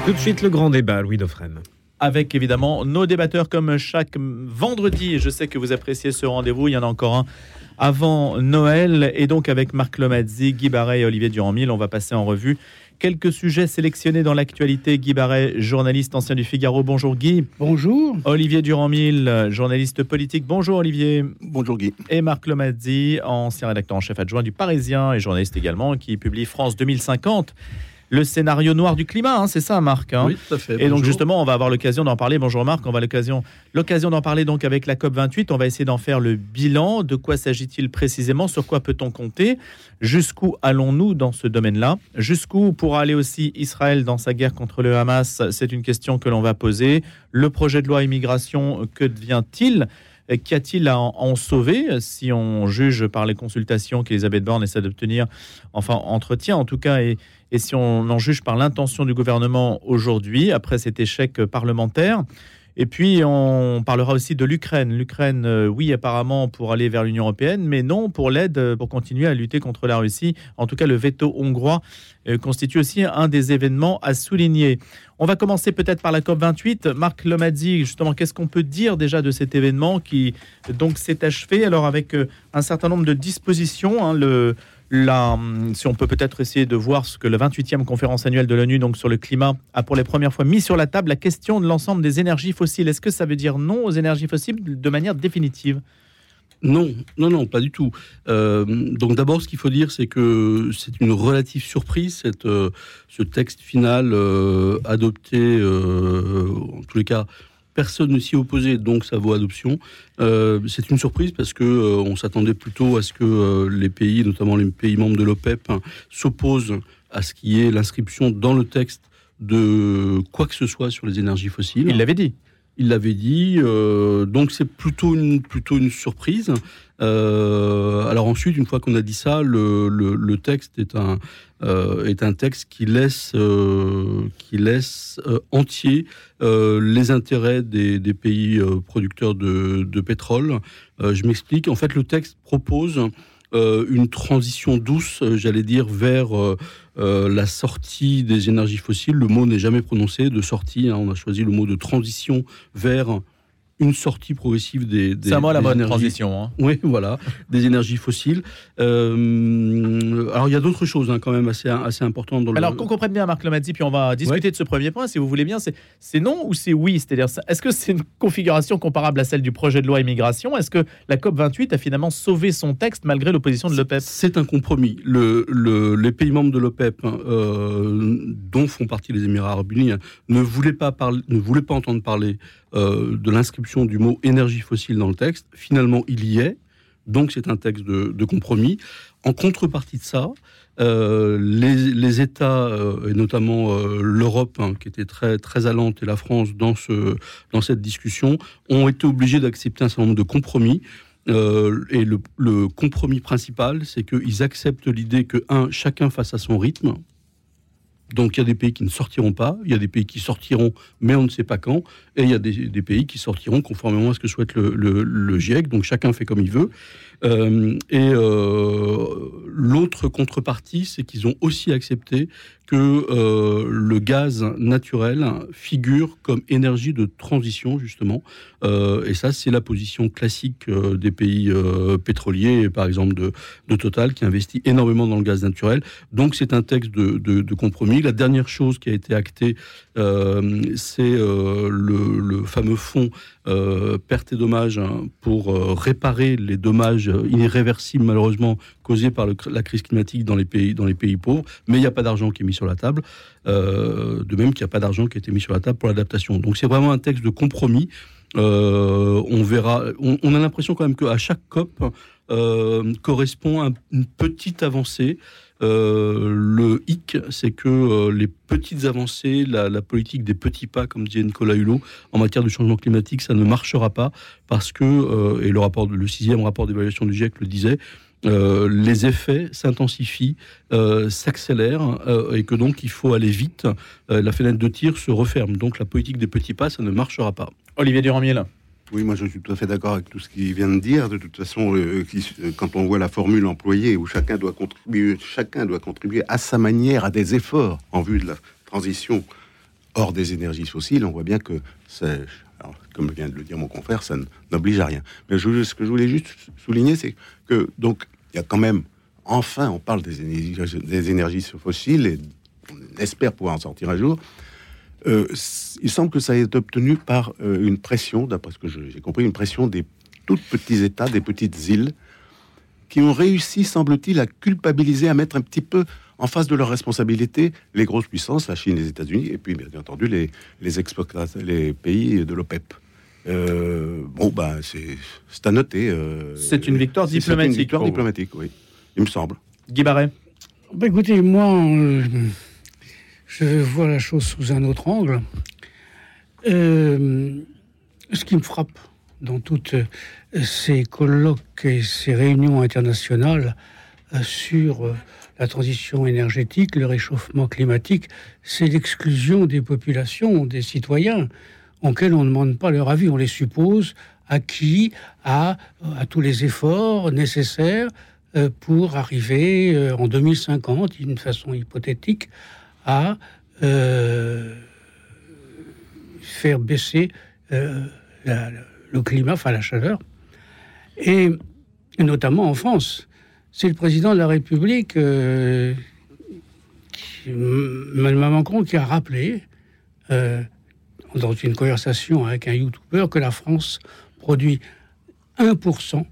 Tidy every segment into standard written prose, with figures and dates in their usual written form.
Tout de suite, le grand débat, Louis Dauphren. Avec évidemment nos débatteurs comme chaque vendredi. Et je sais que vous appréciez ce rendez-vous. Il y en a encore un avant Noël. Et donc avec Marc Lomazzi, Guy Baret et Olivier Durand-Mille, on va passer en revue quelques sujets sélectionnés dans l'actualité. Guy Baret, journaliste ancien du Figaro. Bonjour Guy. Bonjour. Olivier Durand-Mille, journaliste politique. Bonjour Olivier. Bonjour Guy. Et Marc Lomazzi, ancien rédacteur en chef adjoint du Parisien et journaliste également, qui publie France 2050. Le scénario noir du climat, c'est ça Marc, Oui, tout à fait. Et donc justement, on va avoir l'occasion d'en parler. Bonjour Marc, on va l'occasion d'en parler donc avec la COP28. On va essayer d'en faire le bilan. De quoi s'agit-il précisément? Sur quoi peut-on compter? Jusqu'où allons-nous dans ce domaine-là? Jusqu'où pourra aller aussi Israël dans sa guerre contre le Hamas? C'est une question que l'on va poser. Le projet de loi immigration, que devient-il? Qu'y a-t-il à en sauver, si on juge par les consultations qu'Elisabeth Borne essaie d'obtenir, enfin entretient en tout cas, et si on en juge par l'intention du gouvernement aujourd'hui, après cet échec parlementaire? Et puis, on parlera aussi de l'Ukraine. L'Ukraine, oui, apparemment, pour aller vers l'Union européenne, mais non pour l'aide, pour continuer à lutter contre la Russie. En tout cas, le veto hongrois constitue aussi un des événements à souligner. On va commencer peut-être par la COP28. Marc Lomazzi, justement, qu'est-ce qu'on peut dire déjà de cet événement qui donc s'est achevé? Alors, avec un certain nombre de dispositions, si on peut peut-être essayer de voir ce que la 28e conférence annuelle de l'ONU donc sur le climat a pour les premières fois mis sur la table, la question de l'ensemble des énergies fossiles. Est-ce que ça veut dire non aux énergies fossiles de manière définitive? Non, pas du tout. Donc d'abord, ce qu'il faut dire, c'est que c'est une relative surprise, ce texte final adopté, en tous les cas, personne ne s'y opposait, donc ça vaut adoption. C'est une surprise parce que on s'attendait plutôt à ce que les pays, notamment les pays membres de l'OPEP, s'opposent à ce qui est l'inscription dans le texte de quoi que ce soit sur les énergies fossiles. Il l'avait dit, donc c'est plutôt une surprise. Alors ensuite, une fois qu'on a dit ça, le texte est un texte qui laisse entier les intérêts des pays producteurs de pétrole. Je m'explique. En fait, le texte propose une transition douce, j'allais dire, vers la sortie des énergies fossiles. Le mot n'est jamais prononcé de sortie, on a choisi le mot de transition vers une sortie progressive des c'est à moi la bonne énergies. transition. Oui, voilà, des énergies fossiles. Alors il y a d'autres choses quand même assez importantes. Alors qu'on comprenne bien Marc Lomazzi, puis on va discuter de ce premier point, si vous voulez bien. C'est non ou c'est oui? C'est-à-dire, est-ce que c'est une configuration comparable à celle du projet de loi immigration? Est-ce que la COP28 a finalement sauvé son texte malgré l'opposition de l'OPEP? C'est un compromis. Les pays membres de l'OPEP, dont font partie les Émirats Arabes Unis, ne voulaient pas entendre parler de l'inscription du mot énergie fossile dans le texte. Finalement, il y est. Donc, c'est un texte de compromis. En contrepartie de ça, les États, et notamment l'Europe, qui était très, très allante, et la France dans cette discussion, ont été obligés d'accepter un certain nombre de compromis. Et le compromis principal, c'est qu'ils acceptent l'idée que, chacun fasse à son rythme. Donc il y a des pays qui ne sortiront pas, il y a des pays qui sortiront, mais on ne sait pas quand, et il y a des pays qui sortiront conformément à ce que souhaite le GIEC, donc chacun fait comme il veut. L'autre contrepartie, c'est qu'ils ont aussi accepté que le gaz naturel figure comme énergie de transition, justement. Et ça, c'est la position classique des pays pétroliers, par exemple de Total, qui investit énormément dans le gaz naturel. Donc, c'est un texte de compromis. La dernière chose qui a été actée, c'est le fameux fonds pertes et dommages pour réparer les dommages irréversibles, malheureusement, causés par la crise climatique dans les pays pauvres. Mais il n'y a pas d'argent qui est mis sur la table. De même qu'il n'y a pas d'argent qui a été mis sur la table pour l'adaptation. Donc, c'est vraiment un texte de compromis. On verra. On a l'impression quand même qu'à chaque COP correspond à une petite avancée. Le hic, c'est que les petites avancées, la politique des petits pas, comme disait Nicolas Hulot, en matière de changement climatique, ça ne marchera pas parce que, et le 6e rapport d'évaluation du GIEC le disait, les effets s'intensifient, s'accélèrent, et que donc il faut aller vite. La fenêtre de tir se referme. Donc la politique des petits pas, ça ne marchera pas. Olivier Durand-Mille. Oui, moi je suis tout à fait d'accord avec tout ce qu'il vient de dire. De toute façon, quand on voit la formule employée où chacun doit contribuer à sa manière à des efforts en vue de la transition hors des énergies fossiles, on voit bien que alors, comme vient de le dire mon confrère, ça n'oblige à rien. Mais ce que je voulais juste souligner, c'est que donc il y a quand même, enfin, on parle des énergies fossiles et on espère pouvoir en sortir un jour. Il semble que ça ait obtenu par une pression, d'après ce que j'ai compris, une pression des tout petits États, des petites îles, qui ont réussi, semble-t-il, à culpabiliser, à mettre un petit peu en face de leurs responsabilités les grosses puissances, la Chine, les États-Unis, et puis bien entendu les pays de l'OPEP. C'est à noter. C'est une victoire diplomatique. C'est une victoire diplomatique, oui, il me semble. Guy Barret. Écoutez, moi, je vois la chose sous un autre angle. Ce qui me frappe dans toutes ces colloques et ces réunions internationales sur la transition énergétique, le réchauffement climatique, c'est l'exclusion des populations, des citoyens, auxquels on ne demande pas leur avis. On les suppose acquis à tous les efforts nécessaires pour arriver en 2050, d'une façon hypothétique, à faire baisser le climat, enfin la chaleur, et notamment en France. C'est le président de la République, Emmanuel Macron, qui a rappelé, dans une conversation avec un youtubeur, que la France produit 1%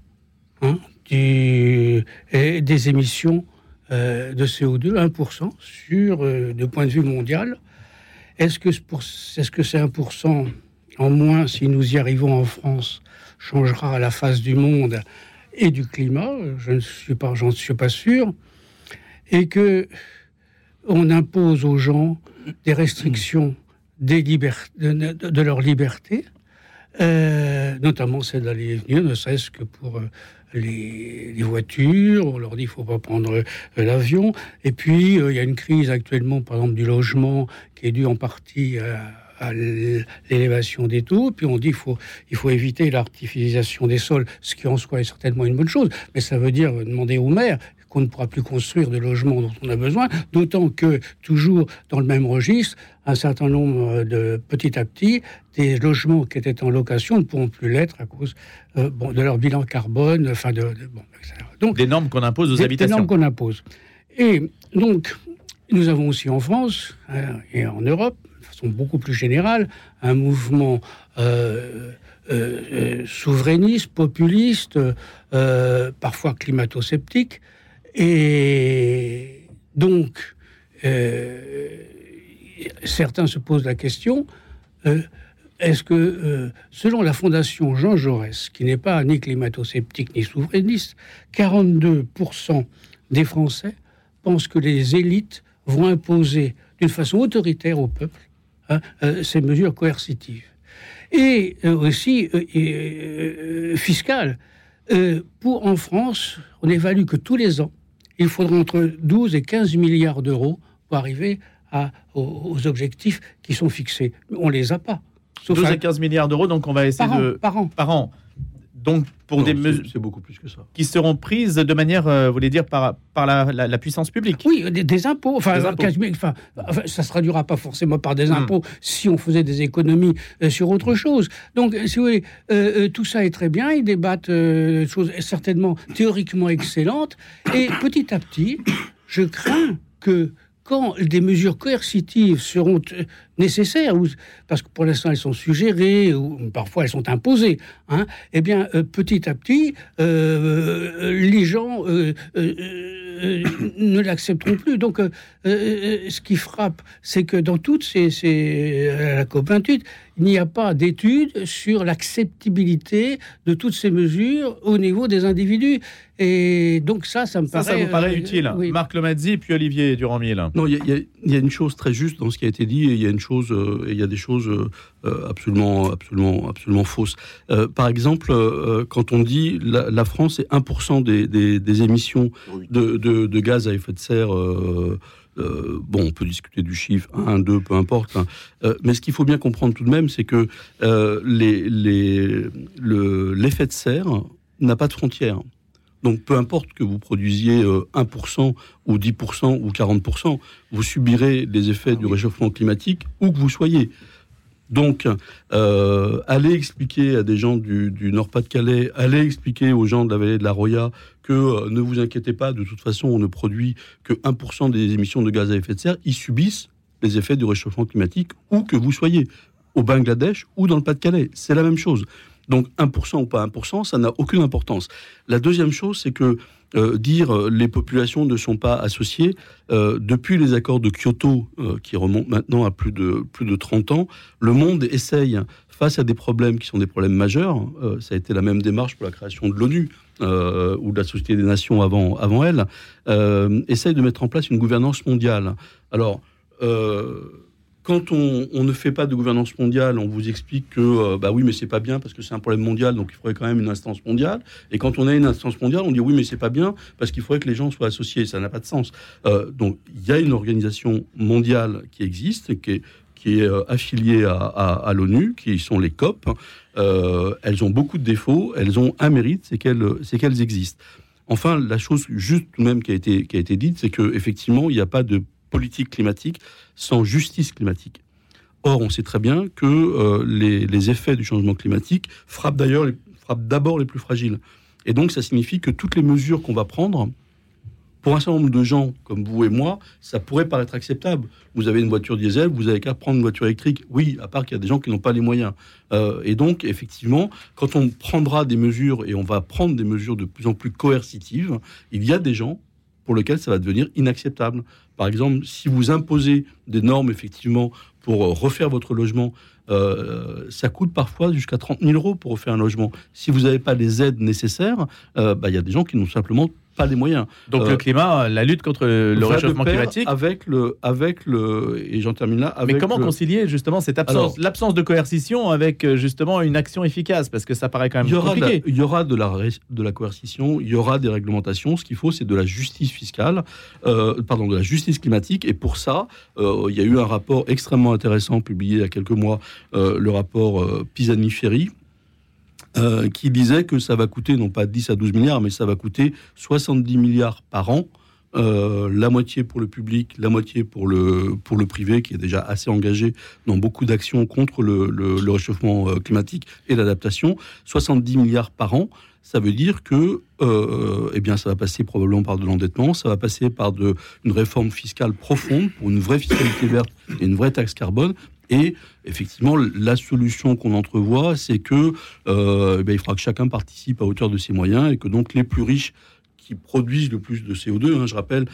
des émissions de CO2, 1% de point de vue mondial. Est-ce que c'est 1% en moins, si nous y arrivons en France, changera la face du monde et du climat? J'en suis pas sûr. Et que on impose aux gens des restrictions de leur liberté, notamment celle d'aller et venir, ne serait-ce que pour les voitures. On leur dit qu'il ne faut pas prendre l'avion. Et puis, il y a une crise actuellement, par exemple, du logement, qui est due en partie à l'élévation des taux. Puis on dit qu'il faut éviter l'artificialisation des sols, ce qui en soi est certainement une bonne chose. Mais ça veut dire demander aux maires qu'on ne pourra plus construire de logements dont on a besoin, d'autant que, toujours dans le même registre, un certain nombre petit à petit, des logements qui étaient en location ne pourront plus l'être à cause de leur bilan carbone, etc. Donc, des normes qu'on impose aux habitations. Des normes qu'on impose. Et donc, nous avons aussi en France et en Europe, de façon beaucoup plus générale, un mouvement souverainiste, populiste, parfois climato-sceptique. Et donc, certains se posent la question, est-ce que, selon la fondation Jean Jaurès, qui n'est pas ni climato-sceptique ni souverainiste, 42% des Français pensent que les élites vont imposer d'une façon autoritaire au peuple ces mesures coercitives. Et aussi fiscales. En France, on évalue que tous les ans, il faudra entre 12 et 15 milliards d'euros pour arriver aux objectifs qui sont fixés. On ne les a pas. 12 à 15 milliards d'euros, donc on va essayer Par an. Donc, pour des mesures... C'est beaucoup plus que ça. Qui seront prises de manière, vous voulez dire, par la puissance publique. Oui, des impôts. Enfin, ça ne se traduira pas forcément par des impôts si on faisait des économies sur autre chose. Donc, si vous voulez, tout ça est très bien. Ils débattent de choses certainement théoriquement excellentes. Et petit à petit, je crains que quand des mesures coercitives seront nécessaires, parce que pour l'instant elles sont suggérées, ou parfois elles sont imposées, eh bien petit à petit, les gens ne l'accepteront plus. Donc ce qui frappe, c'est que dans toutes la COP28, il n'y a pas d'études sur l'acceptabilité de toutes ces mesures au niveau des individus. Et donc ça me paraît... Ça vous paraît utile. Oui. Marc Lomazzi, puis Olivier Durand-Mille. Non, il y a une chose très juste dans ce qui a été dit, et il y a des choses absolument fausses. Par exemple, quand on dit la France est 1% des émissions de gaz à effet de serre... on peut discuter du chiffre 1, 2, peu importe. Mais ce qu'il faut bien comprendre tout de même, c'est que l'effet de serre n'a pas de frontières. Donc, peu importe que vous produisiez 1% ou 10% ou 40%, vous subirez les effets du réchauffement climatique où que vous soyez. Donc, allez expliquer à des gens du Nord-Pas-de-Calais, allez expliquer aux gens de la vallée de la Roya que ne vous inquiétez pas, de toute façon, on ne produit que 1% des émissions de gaz à effet de serre. Ils subissent les effets du réchauffement climatique où que vous soyez, au Bangladesh ou dans le Pas-de-Calais. C'est la même chose. Donc 1% ou pas 1%, ça n'a aucune importance. La deuxième chose, c'est que dire les populations ne sont pas associées, depuis les accords de Kyoto, qui remontent maintenant à plus de 30 ans, le monde essaye, face à des problèmes qui sont des problèmes majeurs, ça a été la même démarche pour la création de l'ONU, ou de la Société des Nations avant elle, essaye de mettre en place une gouvernance mondiale. Alors, quand on ne fait pas de gouvernance mondiale, on vous explique que oui, mais c'est pas bien parce que c'est un problème mondial, donc il faudrait quand même une instance mondiale. Et quand on a une instance mondiale, on dit oui, mais c'est pas bien parce qu'il faudrait que les gens soient associés. Ça n'a pas de sens. Donc il y a une organisation mondiale qui existe, qui est affiliée à l'ONU, qui sont les COP. Elles ont beaucoup de défauts, elles ont un mérite, c'est qu'elles existent. Enfin, la chose juste tout de même qui a été dite, c'est que effectivement, il n'y a pas de politique climatique sans justice climatique. Or, on sait très bien que les effets du changement climatique frappent d'abord les plus fragiles. Et donc, ça signifie que toutes les mesures qu'on va prendre, pour un certain nombre de gens comme vous et moi, ça pourrait paraître acceptable. Vous avez une voiture diesel, vous n'avez qu'à prendre une voiture électrique. Oui, à part qu'il y a des gens qui n'ont pas les moyens. Et donc, effectivement, quand on prendra des mesures, et on va prendre des mesures de plus en plus coercitives, il y a des gens pour lesquels ça va devenir inacceptable. Par exemple, si vous imposez des normes, effectivement, pour refaire votre logement, ça coûte parfois jusqu'à 30 000 € pour refaire un logement. Si vous n'avez pas les aides nécessaires, y a des gens qui n'ont simplement pas les moyens. Donc le climat, la lutte contre le réchauffement climatique, avec le et j'en termine là. Mais comment concilier justement cette l'absence de coercition avec justement une action efficace, parce que ça paraît quand même compliqué. Il y aura de la coercition, il y aura des réglementations. Ce qu'il faut, c'est de la justice fiscale, de la justice climatique. Et pour ça, il y a eu un rapport extrêmement intéressant publié il y a quelques mois, le rapport Pisani-Ferry, qui disait que ça va coûter non pas 10 à 12 milliards, mais ça va coûter 70 milliards par an, la moitié pour le public, la moitié pour le privé, qui est déjà assez engagé dans beaucoup d'actions contre le réchauffement climatique et l'adaptation. 70 milliards par an, ça veut dire que ça va passer probablement par de l'endettement, ça va passer par une réforme fiscale profonde pour une vraie fiscalité verte et une vraie taxe carbone. Et effectivement, la solution qu'on entrevoit, c'est que il faudra que chacun participe à hauteur de ses moyens et que donc les plus riches qui produisent le plus de CO2, je rappelle,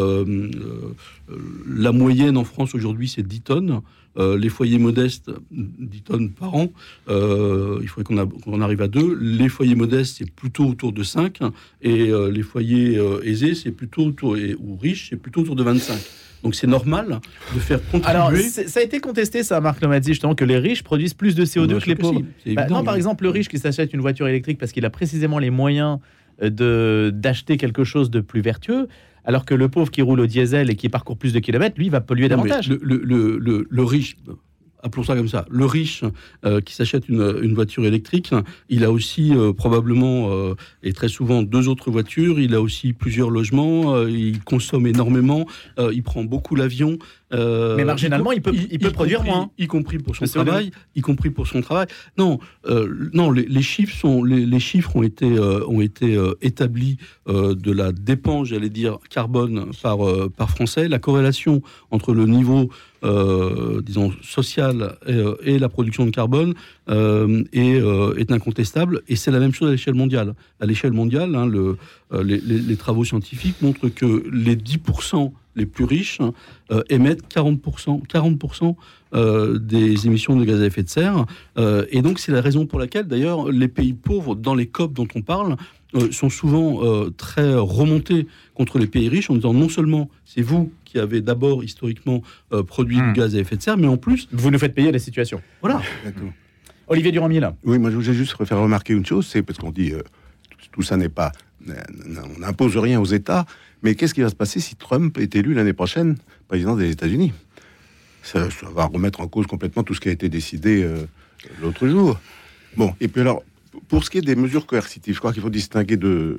la moyenne en France aujourd'hui, c'est 10 tonnes. Les foyers modestes, 10 tonnes par an, il faudrait qu'on arrive à 2. Les foyers modestes, c'est plutôt autour de 5. Et les foyers aisés, c'est plutôt ou riches, c'est plutôt autour de 25. Donc c'est normal de faire contribuer... Alors, ça a été contesté, ça, Marc Lomazzi, justement, que les riches produisent plus de CO2 que les pauvres. Non, par exemple, le riche qui s'achète une voiture électrique parce qu'il a précisément les moyens d'acheter quelque chose de plus vertueux, alors que le pauvre qui roule au diesel et qui parcourt plus de kilomètres, lui, va polluer davantage. Le riche... Appelons ça comme ça. Le riche qui s'achète une voiture électrique, il a aussi probablement et très souvent 2 autres voitures. Il a aussi plusieurs logements. Il consomme énormément. Il prend beaucoup l'avion. Mais marginalement, il peut produire moins, y compris pour son travail. Non, les chiffres ont été établis de la dépense, j'allais dire, carbone par Français. La corrélation entre le niveau social et la production de carbone est incontestable, et c'est la même chose à l'échelle mondiale. À l'échelle mondiale, les travaux scientifiques montrent que les 10% les plus riches émettent 40% des émissions de gaz à effet de serre. Et donc, c'est la raison pour laquelle, d'ailleurs, les pays pauvres, dans les COP dont on parle, sont souvent très remontés contre les pays riches en disant non seulement c'est vous qui avez d'abord historiquement produit du gaz à effet de serre, mais en plus... Vous nous faites payer la situation. Voilà. Exactement. Olivier Durand-Mier, là. Oui, moi je voulais juste faire remarquer une chose, c'est parce qu'on dit tout ça n'est pas... On n'impose rien aux États, mais qu'est-ce qui va se passer si Trump est élu l'année prochaine président des États-Unis ? Ça va remettre en cause complètement tout ce qui a été décidé l'autre jour. Bon, et puis alors, pour ce qui est des mesures coercitives, je crois qu'il faut distinguer deux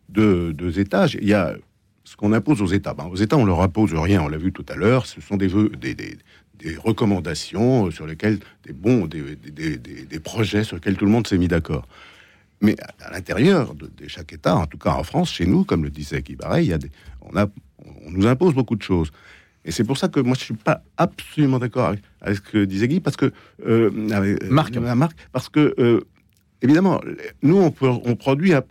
deux étages. Il y a ce qu'on impose aux États. Aux États, on leur impose rien. On l'a vu tout à l'heure. Ce sont des recommandations sur lesquelles des projets sur lesquels tout le monde s'est mis d'accord. Mais à l'intérieur de chaque État, en tout cas en France, chez nous, comme le disait Guy Baret, on nous impose beaucoup de choses. Et c'est pour ça que moi, je ne suis pas absolument d'accord avec ce que disait Guy, parce que... Marc, parce que, évidemment, nous, on produit 1%.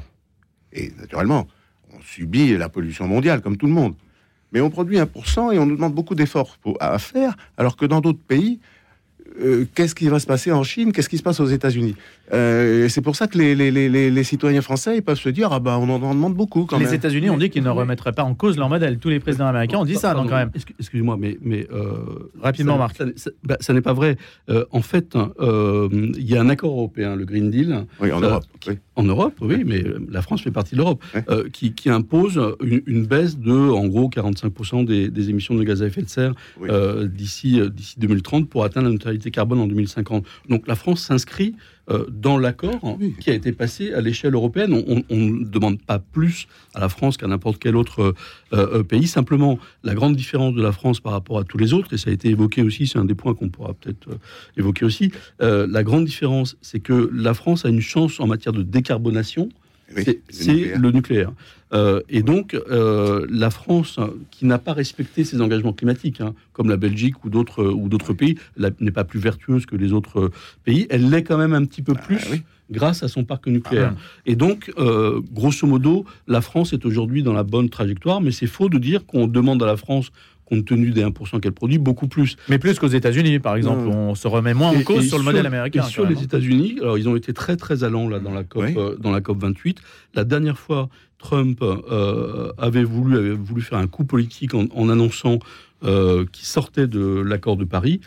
Et naturellement, on subit la pollution mondiale, comme tout le monde. Mais on produit 1% et on nous demande beaucoup d'efforts à faire, alors que dans d'autres pays... qu'est-ce qui va se passer en Chine? Qu'est-ce qui se passe aux États-Unis? C'est pour ça que les citoyens français, ils peuvent se dire on en demande beaucoup quand même. Les États-Unis ont dit qu'ils ne remettraient pas en cause leur modèle. Tous les présidents américains ont dit ça, donc quand même. Excusez-moi, mais rapidement, Marc. Ça n'est pas vrai. En fait, il y a un accord européen, le Green Deal. Oui, en Europe. En Europe, oui, mais la France fait partie de l'Europe, qui impose une baisse de, en gros, 45% des émissions de gaz à effet de serre d'ici 2030 pour atteindre la neutralité carbone en 2050. Donc la France s'inscrit dans l'accord qui a été passé à l'échelle européenne. On ne demande pas plus à la France qu'à n'importe quel autre pays. Simplement, la grande différence de la France par rapport à tous les autres, et ça a été évoqué aussi, c'est un des points qu'on pourra peut-être évoquer aussi, la grande différence, c'est que la France a une chance en matière de décarbonation, c'est le nucléaire. Et donc, la France, qui n'a pas respecté ses engagements climatiques, comme la Belgique ou d'autres pays, n'est pas plus vertueuse que les autres pays, elle l'est quand même un petit peu plus grâce à son parc nucléaire. Et donc, grosso modo, la France est aujourd'hui dans la bonne trajectoire, mais c'est faux de dire qu'on demande à la France, compte tenu des 1% qu'elle produit, beaucoup plus. Mais plus qu'aux États-Unis, par exemple. On se remet moins en cause sur le modèle américain. Et sur les États-Unis, alors ils ont été très très allants là, dans la COP 28. La dernière fois, Trump avait voulu faire un coup politique en annonçant qu'il sortait de l'accord de Paris.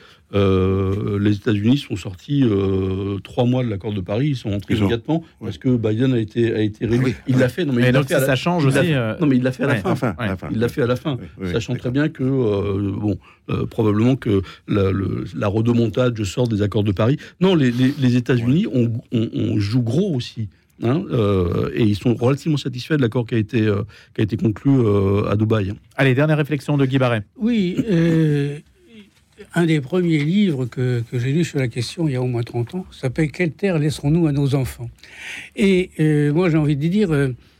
Les États-Unis sont sortis 3 mois de l'accord de Paris. Ils sont entrés immédiatement parce que Biden a été réélu. Il l'a fait. Non, mais donc ça change aussi. Non, mais il l'a fait à la fin. Il l'a fait à la fin, sachant très bien que probablement que la rodomontage sort des accords de Paris. Non, les États-Unis on joue gros aussi. Et ils sont relativement satisfaits de l'accord qui a été conclu à Dubaï. Allez, dernière réflexion de Guy Baret. Oui, un des premiers livres que j'ai lu sur la question il y a au moins 30 ans s'appelle « Quelle terre laisserons-nous à nos enfants ?» Et moi j'ai envie de dire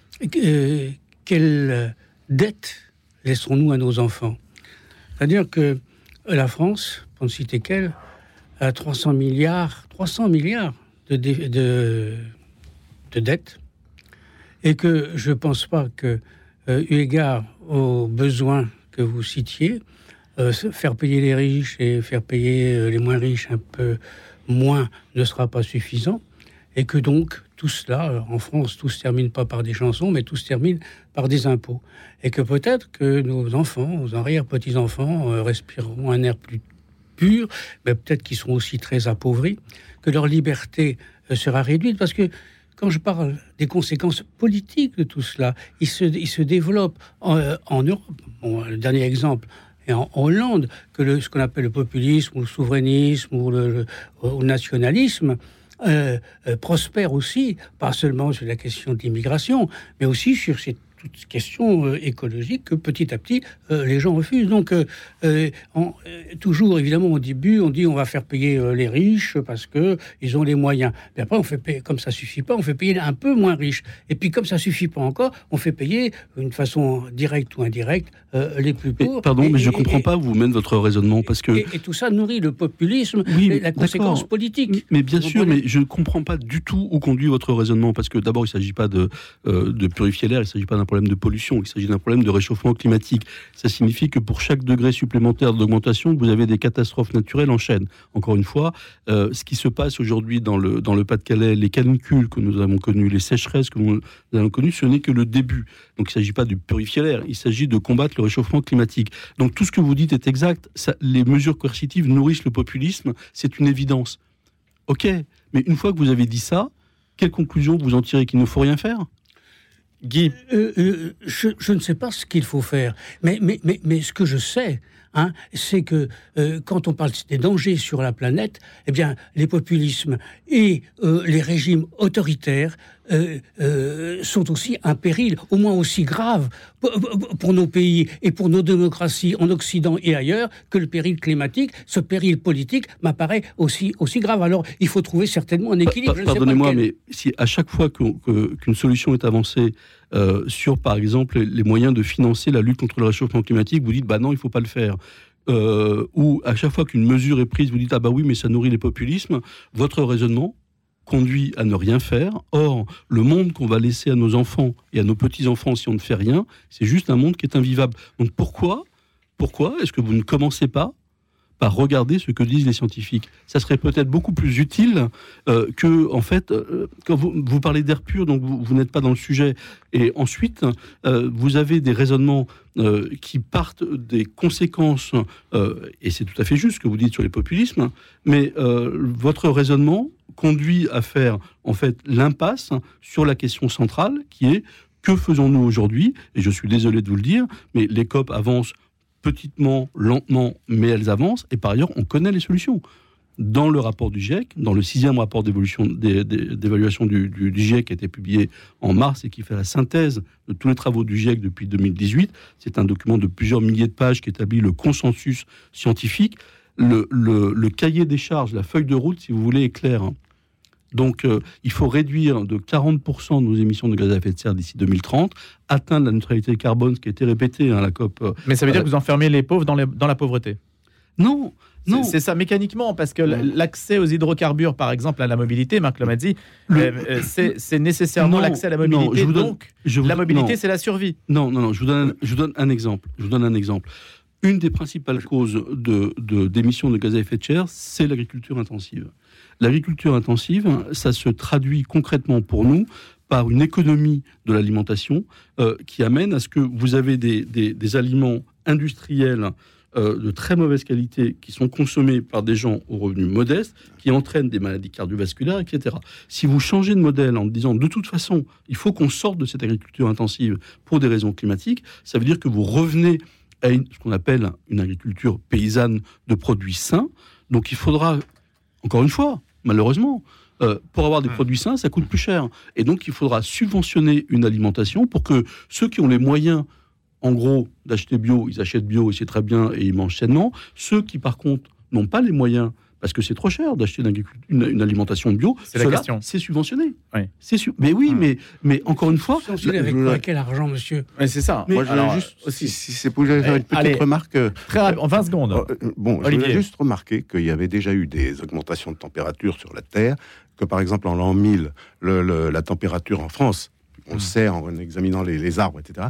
quelle dette laisserons-nous à nos enfants? C'est-à-dire que la France, pour ne citer qu'elle, a 300 milliards de dette, et que je ne pense pas que, eu égard aux besoins que vous citiez, faire payer les riches et faire payer les moins riches un peu moins ne sera pas suffisant, et que donc tout cela, en France, tout se termine pas par des chansons, mais tout se termine par des impôts, et que peut-être que nos enfants, nos arrière-petits-enfants respireront un air plus pur, mais peut-être qu'ils seront aussi très appauvris, que leur liberté sera réduite, parce que quand je parle des conséquences politiques de tout cela, il se développe en Europe. Bon, le dernier exemple est en Hollande, que ce qu'on appelle le populisme, ou le souverainisme, ou le nationalisme prospère aussi, pas seulement sur la question de l'immigration, mais aussi sur cette toute question écologique que petit à petit les gens refusent. Donc toujours évidemment au début on dit on va faire payer les riches parce que ils ont les moyens. Mais après on fait payer, comme ça suffit pas, on fait payer un peu moins riches. Et puis comme ça suffit pas encore, on fait payer d'une façon directe ou indirecte les plus pauvres. Mais je comprends pas où vous mène votre raisonnement, parce que et tout ça nourrit le populisme, et la conséquence politique. Mais bien sûr, mais je ne comprends pas du tout où conduit votre raisonnement, parce que d'abord il s'agit pas de purifier l'air, il s'agit pas d'un problème de pollution, il s'agit d'un problème de réchauffement climatique. Ça signifie que pour chaque degré supplémentaire d'augmentation, vous avez des catastrophes naturelles en chaîne. Encore une fois, ce qui se passe aujourd'hui dans le Pas-de-Calais, les canicules que nous avons connues, les sécheresses que nous avons connues, ce n'est que le début. Donc il ne s'agit pas de purifier l'air, il s'agit de combattre le réchauffement climatique. Donc tout ce que vous dites est exact. Les mesures coercitives nourrissent le populisme, c'est une évidence. Ok, mais une fois que vous avez dit ça, quelle conclusion vous en tirez? Qu'il ne faut rien faire? Guy, je ne sais pas ce qu'il faut faire, mais ce que je sais, c'est que quand on parle des dangers sur la planète, eh bien, les populismes et les régimes autoritaires sont aussi un péril, au moins aussi grave pour nos pays et pour nos démocraties en Occident et ailleurs que le péril climatique. Ce péril politique m'apparaît aussi grave. Alors, il faut trouver certainement un équilibre. Pardonnez-moi, mais si à chaque fois qu'une solution est avancée sur, par exemple, les moyens de financer la lutte contre le réchauffement climatique, vous dites, non, il ne faut pas le faire. Ou à chaque fois qu'une mesure est prise, vous dites, oui, mais ça nourrit les populismes. Votre raisonnement conduit à ne rien faire. Or, le monde qu'on va laisser à nos enfants et à nos petits-enfants si on ne fait rien, c'est juste un monde qui est invivable. Donc pourquoi est-ce que vous ne commencez pas par regarder ce que disent les scientifiques? Ça serait peut-être beaucoup plus utile que, en fait, quand vous parlez d'air pur, donc vous n'êtes pas dans le sujet. Et ensuite, vous avez des raisonnements qui partent des conséquences, et c'est tout à fait juste ce que vous dites sur les populismes, mais votre raisonnement conduit à faire, en fait, l'impasse sur la question centrale, qui est que faisons-nous aujourd'hui? Et je suis désolé de vous le dire, mais les COP avancent petitement, lentement, mais elles avancent, et par ailleurs, on connaît les solutions. Dans le rapport du GIEC, dans le 6e rapport d'évaluation du GIEC qui a été publié en mars et qui fait la synthèse de tous les travaux du GIEC depuis 2018, c'est un document de plusieurs milliers de pages qui établit le consensus scientifique. Le cahier des charges, la feuille de route, si vous voulez, est clair. Donc, il faut réduire de 40% nos émissions de gaz à effet de serre d'ici 2030, atteindre la neutralité carbone, ce qui a été répété à la COP. Mais ça veut dire que vous enfermez les pauvres dans la pauvreté? Non. C'est ça mécaniquement, parce que l'accès aux hydrocarbures, par exemple, à la mobilité, Marc Lomadzi, c'est nécessairement l'accès à la mobilité. La mobilité, c'est la survie. Non. Je vous donne un exemple. Une des principales causes d'émissions de gaz à effet de serre, c'est l'agriculture intensive. L'agriculture intensive, ça se traduit concrètement pour nous par une économie de l'alimentation qui amène à ce que vous avez des aliments industriels de très mauvaise qualité qui sont consommés par des gens aux revenus modestes, qui entraînent des maladies cardiovasculaires, etc. Si vous changez de modèle en disant de toute façon, il faut qu'on sorte de cette agriculture intensive pour des raisons climatiques, ça veut dire que vous revenez à ce qu'on appelle une agriculture paysanne de produits sains. Donc il faudra, encore une fois, malheureusement, pour avoir des produits sains, ça coûte plus cher. Et donc il faudra subventionner une alimentation pour que ceux qui ont les moyens, en gros, d'acheter bio, ils achètent bio et c'est très bien et ils mangent sainement. Ceux qui, par contre, n'ont pas les moyens, parce que c'est trop cher d'acheter une alimentation bio, c'est subventionné. Oui. Mais oui, mais encore une fois... Avec quel argent, monsieur? C'est ça. Moi, je voulais juste, si c'est pour faire une petite remarque... Très rapide, en 20 secondes. Je voulais juste remarquer qu'il y avait déjà eu des augmentations de température sur la Terre, que par exemple en l'an 1000, la température en France, on le sait en examinant les arbres, etc.,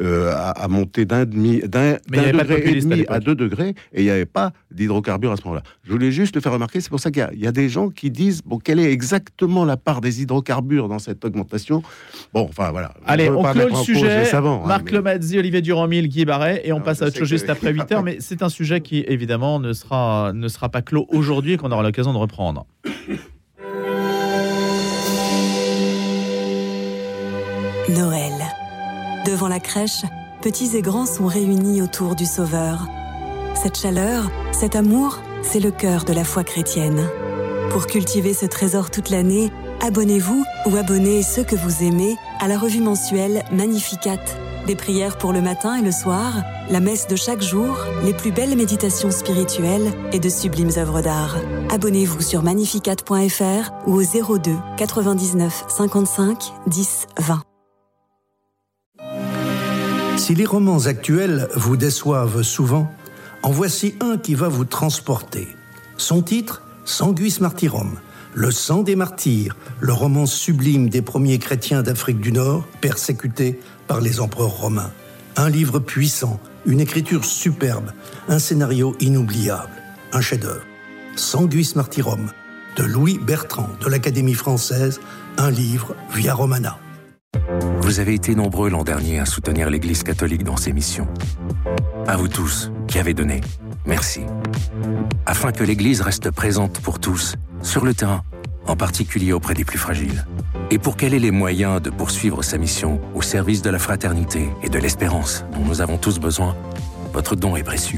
a monté d'un degré et demi à 2 degrés, et il n'y avait pas d'hydrocarbures à ce moment-là. Je voulais juste le faire remarquer, c'est pour ça qu'il y a des gens qui disent, quelle est exactement la part des hydrocarbures dans cette augmentation? Voilà. Allez, on clôt le sujet. Marc Lomadzi, Olivier Durand-Mille, Guy Barret, et on passe à autre chose juste après 8h, mais c'est un sujet qui, évidemment, ne sera pas clos aujourd'hui et qu'on aura l'occasion de reprendre. Noël. Devant la crèche, petits et grands sont réunis autour du Sauveur. Cette chaleur, cet amour, c'est le cœur de la foi chrétienne. Pour cultiver ce trésor toute l'année, abonnez-vous ou abonnez ceux que vous aimez à la revue mensuelle Magnificat. Des prières pour le matin et le soir, la messe de chaque jour, les plus belles méditations spirituelles et de sublimes œuvres d'art. Abonnez-vous sur magnificat.fr ou au 02 99 55 10 20. Si les romans actuels vous déçoivent souvent, en voici un qui va vous transporter. Son titre, Sanguis Martyrum, le sang des martyrs, le roman sublime des premiers chrétiens d'Afrique du Nord, persécutés par les empereurs romains. Un livre puissant, une écriture superbe, un scénario inoubliable, un chef-d'œuvre. Sanguis Martyrum, de Louis Bertrand, de l'Académie française, un livre via Romana. Vous avez été nombreux l'an dernier à soutenir l'Église catholique dans ses missions. À vous tous qui avez donné, merci. Afin que l'Église reste présente pour tous, sur le terrain, en particulier auprès des plus fragiles, et pour qu'elle ait les moyens de poursuivre sa mission au service de la fraternité et de l'espérance dont nous avons tous besoin, votre don est précieux.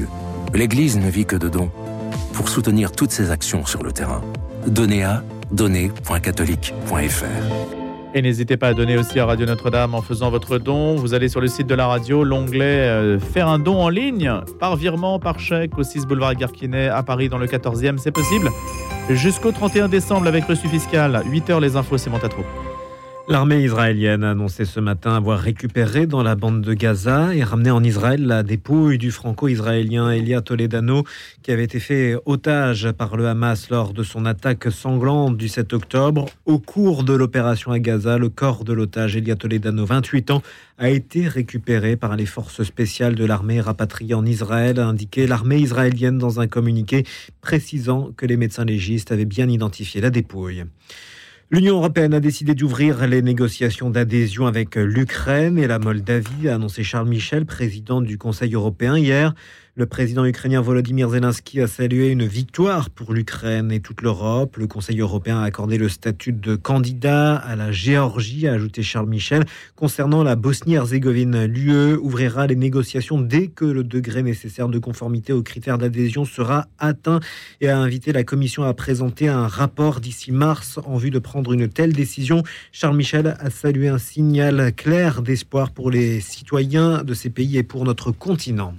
L'Église ne vit que de dons. Pour soutenir toutes ses actions sur le terrain, donnez à donner.catholique.fr. Et n'hésitez pas à donner aussi à Radio Notre-Dame en faisant votre don. Vous allez sur le site de la radio, l'onglet faire un don en ligne, par virement, par chèque, au 6 boulevard Garquinet à Paris dans le 14e. C'est possible jusqu'au 31 décembre avec reçu fiscal. 8h les infos, c'est Montatro. L'armée israélienne a annoncé ce matin avoir récupéré dans la bande de Gaza et ramené en Israël la dépouille du franco-israélien Elia Toledano qui avait été fait otage par le Hamas lors de son attaque sanglante du 7 octobre. Au cours de l'opération à Gaza, le corps de l'otage Elia Toledano, 28 ans, a été récupéré par les forces spéciales de l'armée et rapatrié en Israël, a indiqué l'armée israélienne dans un communiqué précisant que les médecins légistes avaient bien identifié la dépouille. L'Union européenne a décidé d'ouvrir les négociations d'adhésion avec l'Ukraine et la Moldavie, a annoncé Charles Michel, président du Conseil européen hier. Le président ukrainien Volodymyr Zelensky a salué une victoire pour l'Ukraine et toute l'Europe. Le Conseil européen a accordé le statut de candidat à la Géorgie, a ajouté Charles Michel. Concernant la Bosnie-Herzégovine, l'UE ouvrira les négociations dès que le degré nécessaire de conformité aux critères d'adhésion sera atteint et a invité la Commission à présenter un rapport d'ici mars en vue de prendre une telle décision. Charles Michel a salué un signal clair d'espoir pour les citoyens de ces pays et pour notre continent.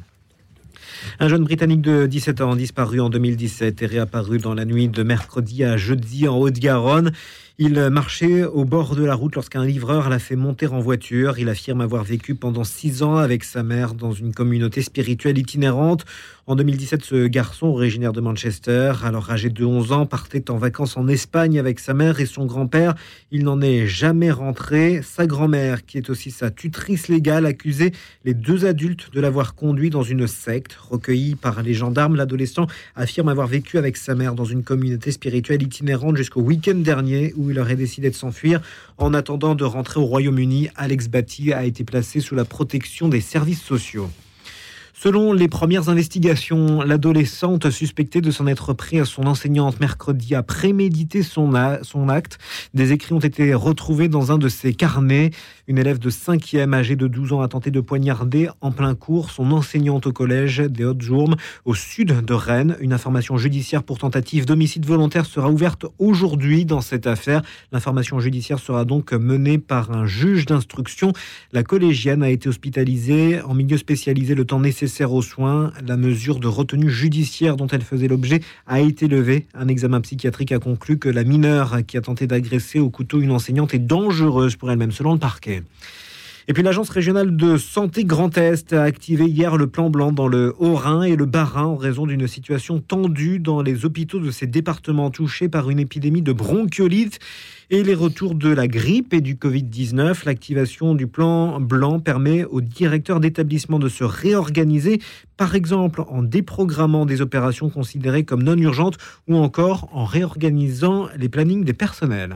Un jeune Britannique de 17 ans disparu en 2017 est réapparu dans la nuit de mercredi à jeudi en Haute-Garonne. Il marchait au bord de la route lorsqu'un livreur l'a fait monter en voiture. Il affirme avoir vécu pendant 6 ans avec sa mère dans une communauté spirituelle itinérante. En 2017, ce garçon, originaire de Manchester, alors âgé de 11 ans, partait en vacances en Espagne avec sa mère et son grand-père. Il n'en est jamais rentré. Sa grand-mère, qui est aussi sa tutrice légale, accusait les 2 adultes de l'avoir conduit dans une secte. Recueilli par les gendarmes, l'adolescent affirme avoir vécu avec sa mère dans une communauté spirituelle itinérante jusqu'au week-end dernier où il aurait décidé de s'enfuir. En attendant de rentrer au Royaume-Uni, Alex Batty a été placé sous la protection des services sociaux. Selon les premières investigations, l'adolescente suspectée de s'en être pris à son enseignante mercredi a prémédité son acte. Des écrits ont été retrouvés dans un de ses carnets. Une élève de 5e âgée de 12 ans a tenté de poignarder en plein cours son enseignante au collège des Hautes-Jourmes, au sud de Rennes. Une information judiciaire pour tentative d'homicide volontaire sera ouverte aujourd'hui dans cette affaire. L'information judiciaire sera donc menée par un juge d'instruction. La collégienne a été hospitalisée en milieu spécialisé le temps nécessaire aux soins. La mesure de retenue judiciaire dont elle faisait l'objet a été levée. Un examen psychiatrique a conclu que la mineure qui a tenté d'agresser au couteau une enseignante est dangereuse pour elle-même, selon le parquet. Et puis l'Agence régionale de santé Grand Est a activé hier le plan blanc dans le Haut-Rhin et le Bas-Rhin en raison d'une situation tendue dans les hôpitaux de ces départements touchés par une épidémie de bronchiolite et les retours de la grippe et du Covid-19. L'activation du plan blanc permet aux directeurs d'établissements de se réorganiser, par exemple en déprogrammant des opérations considérées comme non urgentes ou encore en réorganisant les plannings des personnels.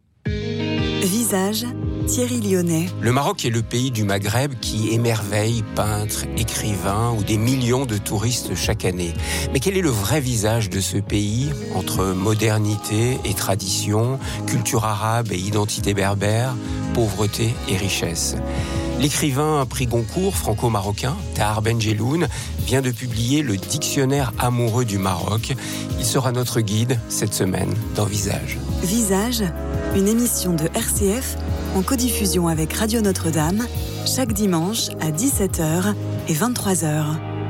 Visage, Thierry Lyonnais. Le Maroc est le pays du Maghreb qui émerveille peintres, écrivains ou des millions de touristes chaque année. Mais quel est le vrai visage de ce pays entre modernité et tradition, culture arabe et identité berbère, pauvreté et richesse ? L'écrivain prix Goncourt franco-marocain, Tahar Benjeloun, vient de publier le dictionnaire amoureux du Maroc. Il sera notre guide cette semaine dans Visage. Visage, une émission de RCF en codiffusion avec Radio Notre-Dame, chaque dimanche à 17h et 23h.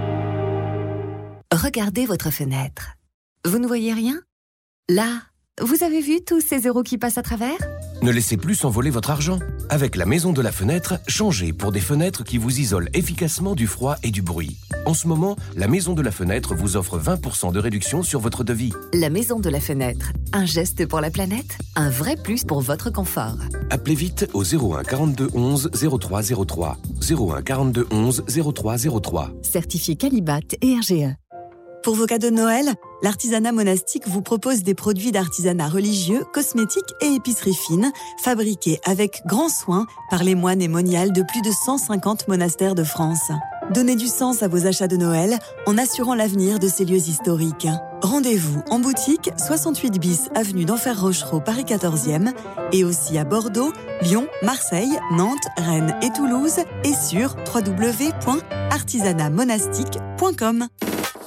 Regardez votre fenêtre. Vous ne voyez rien ? Là, vous avez vu tous ces euros qui passent à travers ? Ne laissez plus s'envoler votre argent. Avec la Maison de la Fenêtre, changez pour des fenêtres qui vous isolent efficacement du froid et du bruit. En ce moment, la Maison de la Fenêtre vous offre 20% de réduction sur votre devis. La Maison de la Fenêtre, un geste pour la planète, un vrai plus pour votre confort. Appelez vite au 01 42 11 03 03. 01 42 11 03 03. Certifié Qualibat et RGE. Pour vos cadeaux de Noël, l'artisanat monastique vous propose des produits d'artisanat religieux, cosmétiques et épicerie fine, fabriqués avec grand soin par les moines et moniales de plus de 150 monastères de France. Donnez du sens à vos achats de Noël en assurant l'avenir de ces lieux historiques. Rendez-vous en boutique 68 bis avenue d'Enfer Rochereau, Paris 14e et aussi à Bordeaux, Lyon, Marseille, Nantes, Rennes et Toulouse et sur www.artisanatmonastique.com.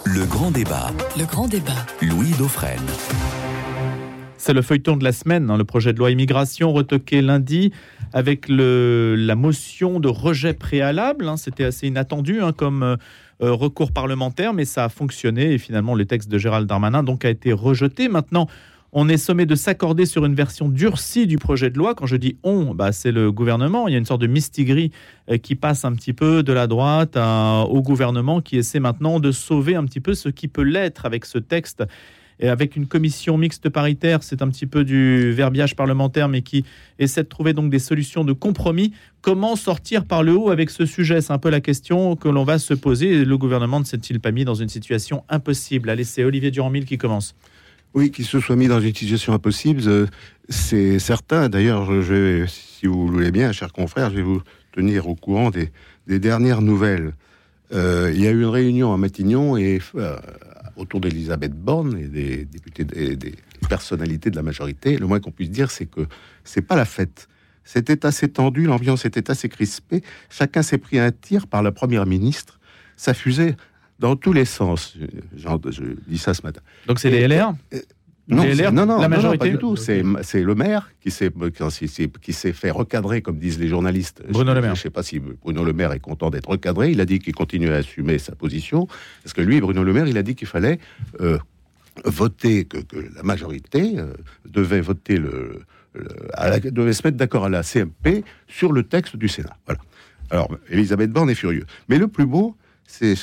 Le grand débat. Le grand débat. Louis Dauphren. C'est le feuilleton de la semaine, le projet de loi immigration retoqué lundi avec la motion de rejet préalable. C'était assez inattendu comme recours parlementaire, mais ça a fonctionné et finalement le texte de Gérald Darmanin donc a été rejeté. Maintenant, on est sommé de s'accorder sur une version durcie du projet de loi. Quand je dis on, c'est le gouvernement. Il y a une sorte de mistigris qui passe un petit peu de la droite au gouvernement qui essaie maintenant de sauver un petit peu ce qui peut l'être avec ce texte. Et avec une commission mixte paritaire, c'est un petit peu du verbiage parlementaire, mais qui essaie de trouver donc des solutions de compromis. Comment sortir par le haut avec ce sujet ? C'est un peu la question que l'on va se poser. Le gouvernement ne s'est-il pas mis dans une situation impossible ? Allez, c'est Olivier Durand-Mille qui commence. Oui, qu'il se soit mis dans une situation impossible, c'est certain. D'ailleurs, si vous le voulez bien, chers confrères, je vais vous tenir au courant des dernières nouvelles. Il y a eu une réunion à Matignon et autour d'Elisabeth Borne et des députés, des personnalités de la majorité. Le moins qu'on puisse dire, c'est que c'est pas la fête. C'était assez tendu, l'ambiance était assez crispée. Chacun s'est pris un tir par la première ministre. Ça fusait dans tous les sens. Je dis ça ce matin. Donc c'est les LR Non, la majorité, pas du tout. C'est le maire qui s'est fait recadrer, comme disent les journalistes. Bruno Le Maire. Je ne sais pas si Bruno Le Maire est content d'être recadré. Il a dit qu'il continuait à assumer sa position. Parce que lui, Bruno Le Maire, il a dit qu'il fallait voter, que la majorité devait voter devait se mettre d'accord à la CMP sur le texte du Sénat. Voilà. Alors, Elisabeth Borne est furieuse. Mais le plus beau, c'est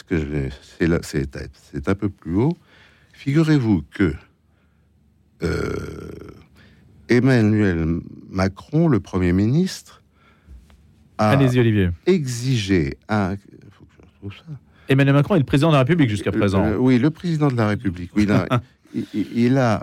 un peu plus haut. Figurez-vous que Emmanuel Macron, le Premier ministre, a exigé un... Faut que je retrouve ça. Emmanuel Macron est le président de la République jusqu'à présent. Oui, le président de la République. Oui, il a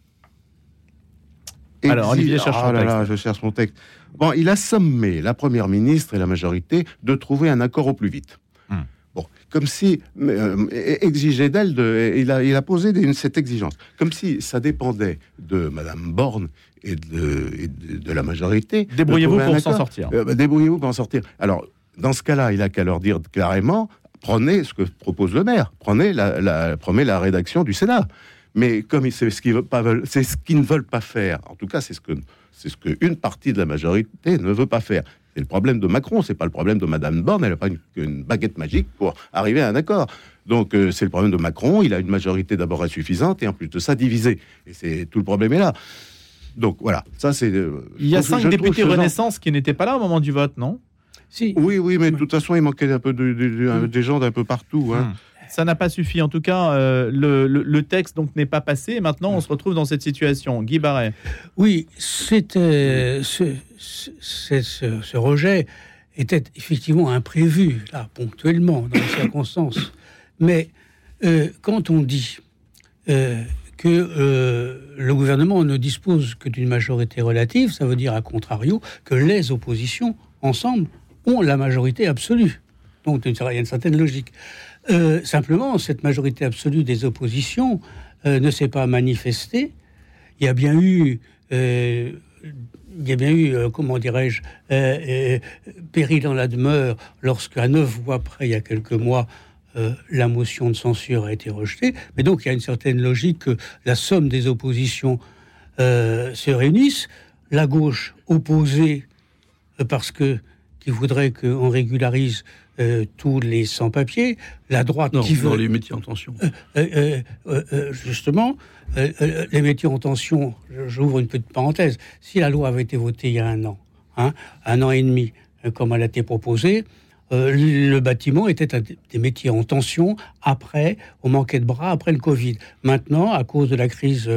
Alors, Olivier cherche son texte. Je cherche mon texte. Bon, il a sommé la Première ministre et la majorité de trouver un accord au plus vite. Bon, comme si exigeait d'elle, il a posé cette exigence, comme si ça dépendait de Madame Borne et de la majorité. Débrouillez-vous pour s'en sortir. Débrouillez-vous pour en sortir. Alors, dans ce cas-là, il a qu'à leur dire clairement, prenez ce que propose le maire, prenez la rédaction du Sénat. Mais comme c'est ce qu'ils ne veulent pas faire, en tout cas, c'est ce que une partie de la majorité ne veut pas faire. C'est le problème de Macron, c'est pas le problème de Madame Borne, elle n'a pas une baguette magique pour arriver à un accord. Donc c'est le problème de Macron, il a une majorité d'abord insuffisante et en plus de ça divisée. Et tout le problème est là. Donc voilà, ça c'est... Il y a 5 députés Renaissance qui n'étaient pas là au moment du vote, non ? Si. Oui, mais de toute façon, il manquait un peu des gens d'un peu partout. Hein. Ça n'a pas suffi. En tout cas, le texte donc n'est pas passé. Et maintenant, on se retrouve dans cette situation. Guy Barret. Oui, ce rejet était effectivement imprévu, là, ponctuellement, dans les circonstances. Mais quand on dit que le gouvernement ne dispose que d'une majorité relative, ça veut dire, à contrario, que les oppositions, ensemble, ont la majorité absolue. Donc, il y a une certaine logique. Simplement, cette majorité absolue des oppositions ne s'est pas manifestée. Il y a bien eu, comment dirais-je, péril dans la demeure lorsqu'à 9 voix près, il y a quelques mois, la motion de censure a été rejetée. Mais donc, il y a une certaine logique que la somme des oppositions se réunissent. La gauche opposée, parce qui voudrait qu'on régularise tous les sans-papiers, la droite qui veut... Non, les métiers en tension. Justement, les métiers en tension, j'ouvre une petite parenthèse, si la loi avait été votée il y a 1 an, 1 an et demi, comme elle a été proposée, le bâtiment était un des métiers en tension on manquait de bras après le Covid. Maintenant, à cause de la crise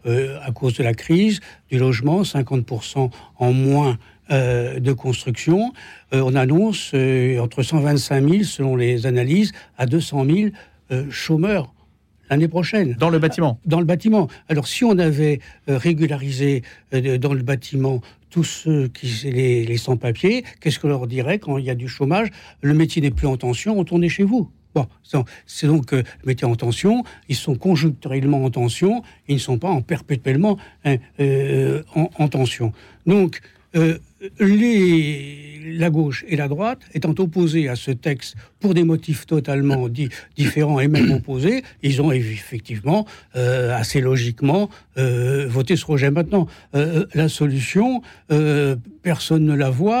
du logement, 50% en moins de construction, on annonce entre 125 000, selon les analyses, à 200 000 chômeurs l'année prochaine. Dans le bâtiment ? Dans le bâtiment. Alors, si on avait régularisé dans le bâtiment tous ceux les sans-papiers, qu'est-ce qu'on leur dirait quand il y a du chômage ? Le métier n'est plus en tension, retournez chez vous. Bon, c'est donc le métier en tension, ils sont conjoncturellement en tension, ils ne sont pas perpétuellement en tension. Donc, la gauche et la droite, étant opposés à ce texte pour des motifs totalement différents et même opposés, ils ont effectivement, assez logiquement, voté ce rejet. Maintenant, la solution, personne ne la voit.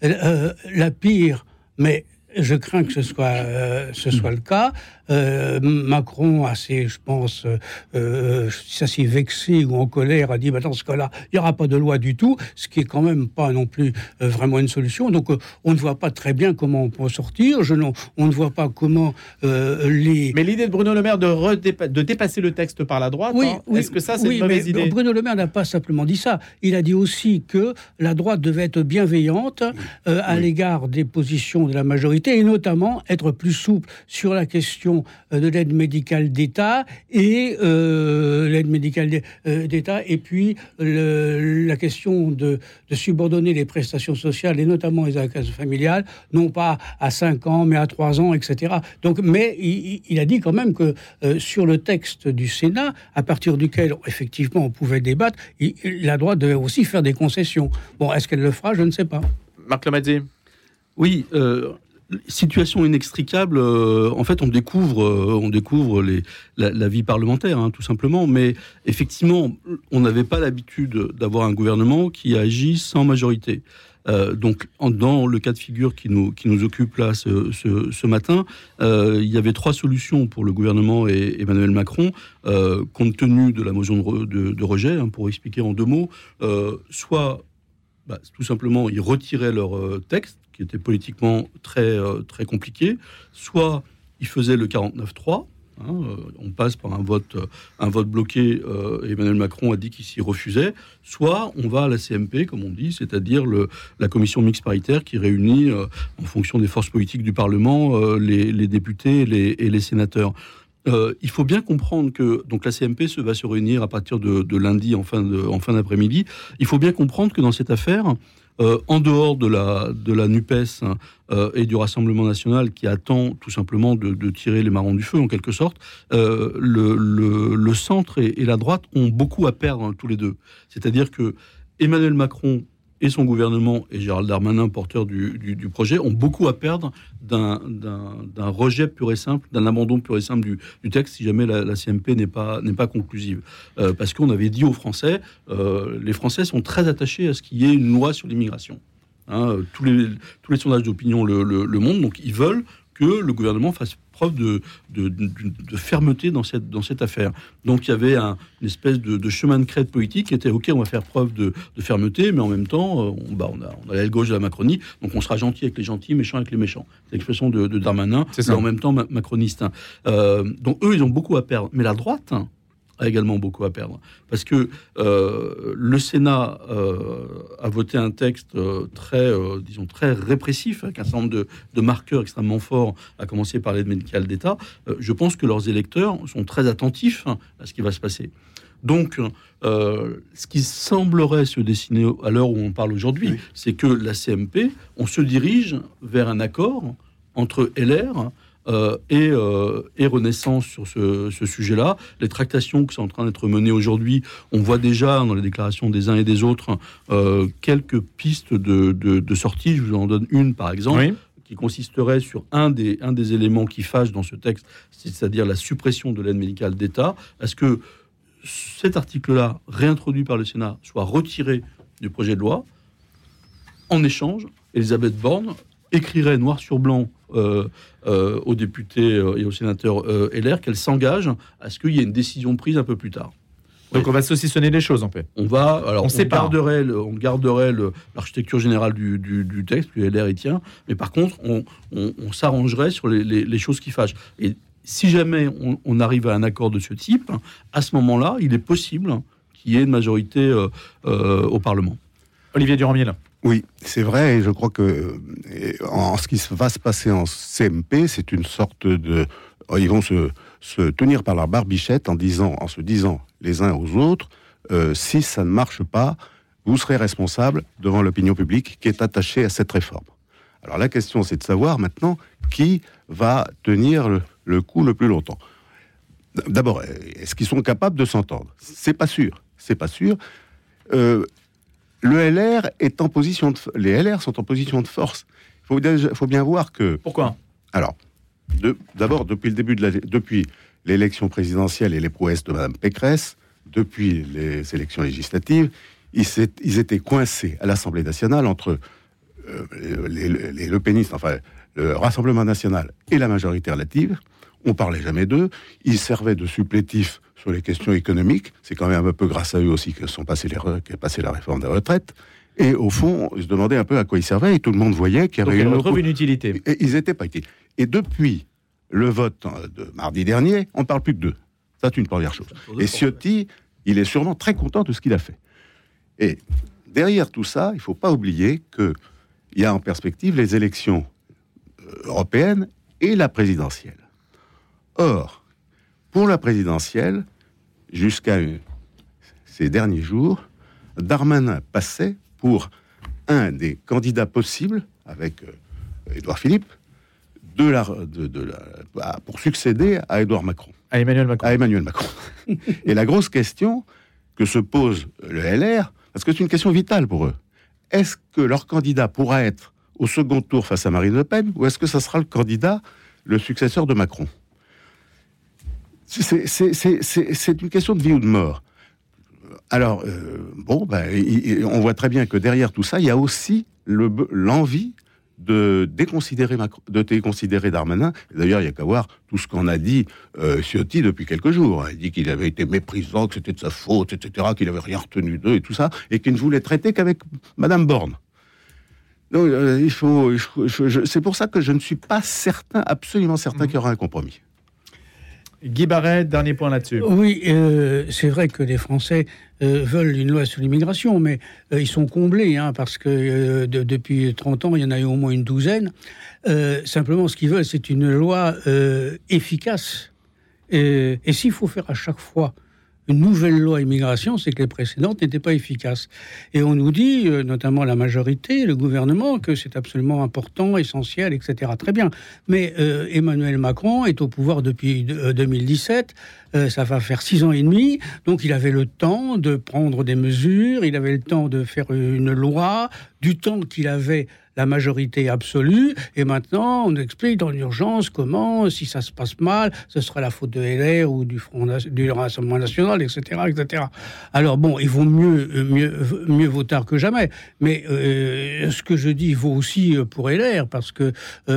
La pire, mais je crains que ce soit le cas. Macron, assez, je pense, assez vexé ou en colère, a dit dans ce cas-là, il n'y aura pas de loi du tout, ce qui est quand même pas non plus vraiment une solution. Donc, on ne voit pas très bien comment on peut sortir. On ne voit pas comment les. Mais l'idée de Bruno Le Maire de dépasser le texte par la droite, est-ce que ça, c'est une mauvaise idée ? Bruno Le Maire n'a pas simplement dit ça. Il a dit aussi que la droite devait être bienveillante à l'égard des positions de la majorité et notamment être plus souple sur la question de l'aide médicale d'État et l'aide médicale d'État et puis la question de subordonner les prestations sociales et notamment les allocations familiales non pas à 5 ans mais à 3 ans, etc. Donc, mais il a dit quand même que sur le texte du Sénat, à partir duquel effectivement on pouvait débattre, la droite devait aussi faire des concessions. Bon, est-ce qu'elle le fera ? Je ne sais pas. Marc Lemaitre. Oui, situation inextricable. En fait, on découvre la vie parlementaire, tout simplement. Mais effectivement, on n'avait pas l'habitude d'avoir un gouvernement qui agit sans majorité. Donc, dans le cas de figure qui nous occupe là ce matin, il y avait 3 solutions pour le gouvernement et Emmanuel Macron, compte tenu de la motion de rejet, pour expliquer en 2 mots. Soit, tout simplement, ils retiraient leur texte, qui était politiquement très, très compliqué, soit ils faisaient le 49-3, on passe par un vote bloqué, Emmanuel Macron a dit qu'il s'y refusait, soit on va à la CMP, comme on dit, c'est-à-dire la commission mixte paritaire qui réunit, en fonction des forces politiques du Parlement, les députés et les sénateurs. Il faut bien comprendre que donc la CMP va se réunir à partir de lundi en fin d'après-midi. Il faut bien comprendre que dans cette affaire, en dehors de la NUPES et du Rassemblement national qui attend tout simplement de tirer les marrons du feu en quelque sorte, le centre et la droite ont beaucoup à perdre tous les deux. C'est-à-dire que Emmanuel Macron et son gouvernement et Gérald Darmanin, porteur du projet, ont beaucoup à perdre d'un rejet pur et simple, d'un abandon pur et simple du texte si jamais la CMP n'est pas conclusive. Parce qu'on avait dit aux Français, les Français sont très attachés à ce qu'il y ait une loi sur l'immigration. Tous les sondages d'opinion le montrent, donc ils veulent que le gouvernement fasse preuve de fermeté dans cette affaire. Donc il y avait une espèce de chemin de crête politique qui était ok, on va faire preuve de fermeté, mais en même temps, on a l'aile gauche de la Macronie, donc on sera gentil avec les gentils, méchant avec les méchants. C'est l'expression de Darmanin, mais en même temps macroniste. Donc eux, ils ont beaucoup à perdre, mais la droite a également beaucoup à perdre. Parce que le Sénat a voté un texte très répressif, avec un certain nombre de marqueurs extrêmement forts, à commencer par l'aide médicale d'État. Je pense que leurs électeurs sont très attentifs à ce qui va se passer. Donc, ce qui semblerait se dessiner à l'heure où on parle aujourd'hui, c'est que la CMP, on se dirige vers un accord entre LR et Renaissance sur ce sujet-là. Les tractations qui sont en train d'être menées aujourd'hui, on voit déjà dans les déclarations des uns et des autres quelques pistes de sortie. Je vous en donne une, par exemple, qui consisterait sur un des éléments qui fâchent dans ce texte, c'est-à-dire la suppression de l'aide médicale d'État. Est-ce que cet article-là, réintroduit par le Sénat, soit retiré du projet de loi? En échange, Elisabeth Borne écrirait noir sur blanc aux députés et aux sénateurs LR qu'elle s'engage à ce qu'il y ait une décision prise un peu plus tard. Donc on va saucissonner les choses en fait. On garderait l'architecture générale du texte, que LR y tient, mais par contre on s'arrangerait sur les choses qui fâchent. Et si jamais on arrive à un accord de ce type, à ce moment-là, il est possible qu'il y ait une majorité au Parlement. Olivier Durand-Miel. Oui, c'est vrai, et je crois que en ce qui va se passer en CMP, c'est une sorte de... Ils vont se tenir par la barbichette en se disant les uns aux autres, si ça ne marche pas, vous serez responsable devant l'opinion publique qui est attachée à cette réforme. Alors la question, c'est de savoir maintenant qui va tenir le coup le plus longtemps. D'abord, est-ce qu'ils sont capables de s'entendre ? C'est pas sûr. le LR est en position les LR sont en position de force. Il faut bien voir que... Pourquoi ? Alors, d'abord, depuis l'élection présidentielle et les prouesses de Mme Pécresse, depuis les élections législatives, ils étaient coincés à l'Assemblée nationale entre les Le Penistes, enfin le Rassemblement national et la majorité relative. On parlait jamais d'eux. Ils servaient de supplétifs sur les questions économiques. C'est quand même un peu grâce à eux aussi qu'est passée la réforme des retraites. Et au fond, ils se demandaient un peu à quoi ils servaient, et tout le monde voyait qu'il y avait une utilité. Et ils n'étaient pas utiles. Et depuis le vote de mardi dernier, on ne parle plus que d'eux. Ça, c'est une première chose. Et Ciotti, il est sûrement très content de ce qu'il a fait. Et derrière tout ça, il ne faut pas oublier qu'il y a en perspective les élections européennes et la présidentielle. Or, pour la présidentielle, jusqu'à ces derniers jours, Darmanin passait pour un des candidats possibles, avec Édouard Philippe, pour succéder à Emmanuel Macron. Et la grosse question que se pose le LR, parce que c'est une question vitale pour eux, est-ce que leur candidat pourra être au second tour face à Marine Le Pen, ou est-ce que ça sera le successeur de Macron ? C'est une question de vie ou de mort. Alors, on voit très bien que derrière tout ça, il y a aussi l'envie de déconsidérer Darmanin. D'ailleurs, il n'y a qu'à voir tout ce qu'en a dit Ciotti depuis quelques jours. Il dit qu'il avait été méprisant, que c'était de sa faute, etc., qu'il n'avait rien retenu d'eux et tout ça, et qu'il ne voulait traiter qu'avec Madame Borne. Donc, c'est pour ça que je ne suis pas absolument certain qu'il y aura un compromis. Guy Barret, dernier point là-dessus. Oui, c'est vrai que les Français veulent une loi sur l'immigration, mais ils sont comblés, parce que depuis 30 ans, il y en a eu au moins une douzaine. Simplement, ce qu'ils veulent, c'est une loi efficace. Et s'il faut faire à chaque fois une nouvelle loi immigration, c'est que les précédentes n'étaient pas efficaces. Et on nous dit, notamment la majorité, le gouvernement, que c'est absolument important, essentiel, etc. Très bien. Mais Emmanuel Macron est au pouvoir depuis 2017. Ça va faire 6 ans et demi. Donc il avait le temps de prendre des mesures, il avait le temps de faire une loi, du temps qu'il avait la majorité absolue, et maintenant on explique dans l'urgence comment, si ça se passe mal, ce sera la faute de LR ou du Rassemblement national, etc., etc. Alors bon, il vaut mieux vaut tard que jamais, mais ce que je dis vaut aussi pour LR, parce que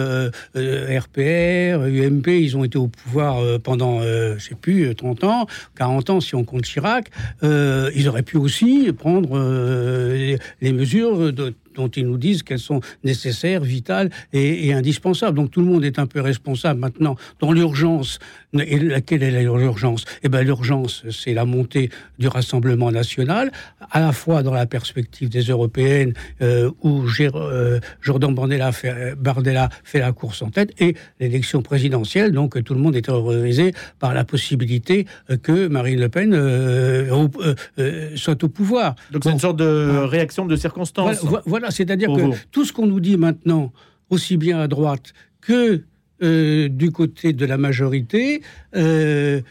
RPR, UMP, ils ont été au pouvoir pendant, je sais plus, 30 ans, 40 ans si on compte Chirac, ils auraient pu aussi prendre les mesures dont ils nous disent qu'elles sont nécessaires, vitales et indispensables. Donc tout le monde est un peu responsable maintenant dans l'urgence. Et laquelle est l'urgence ? L'urgence, c'est la montée du Rassemblement national, à la fois dans la perspective des européennes, où Jordan Bardella fait la course en tête, et l'élection présidentielle, donc tout le monde est terrorisé par la possibilité que Marine Le Pen soit au pouvoir. Donc c'est une sorte de réaction de circonstance. Voilà, c'est-à-dire que tout ce qu'on nous dit maintenant, aussi bien à droite que du côté de la majorité, que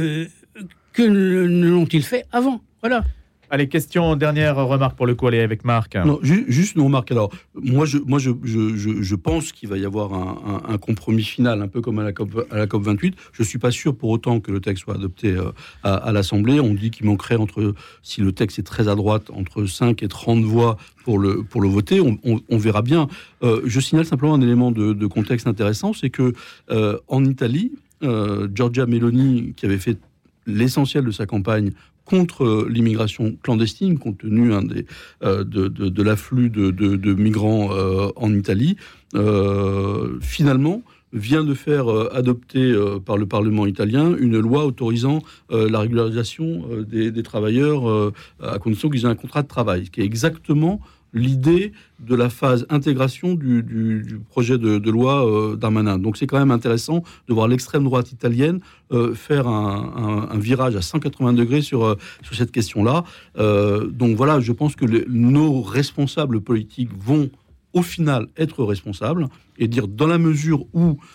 ne l'ont-ils fait avant ? Voilà. Allez, dernière remarque pour le coup, allez avec Marc. Non, juste une remarque. Alors, moi, je pense qu'il va y avoir un compromis final, un peu comme à la COP 28. Je ne suis pas sûr pour autant que le texte soit adopté à l'Assemblée. On dit qu'il manquerait, si le texte est très à droite, entre 5 et 30 voix pour le voter. On verra bien. Je signale simplement un élément de contexte intéressant, c'est que en Italie, Giorgia Meloni, qui avait fait l'essentiel de sa campagne contre l'immigration clandestine, compte tenu de l'afflux de migrants en Italie, finalement vient de faire adopter par le Parlement italien une loi autorisant la régularisation des travailleurs à condition qu'ils aient un contrat de travail, ce qui est exactement l'idée de la phase intégration du projet de loi Darmanin. Donc c'est quand même intéressant de voir l'extrême droite italienne faire un virage à 180 degrés sur cette question-là. Donc voilà, je pense que nos responsables politiques vont au final être responsables et dire, dans la mesure où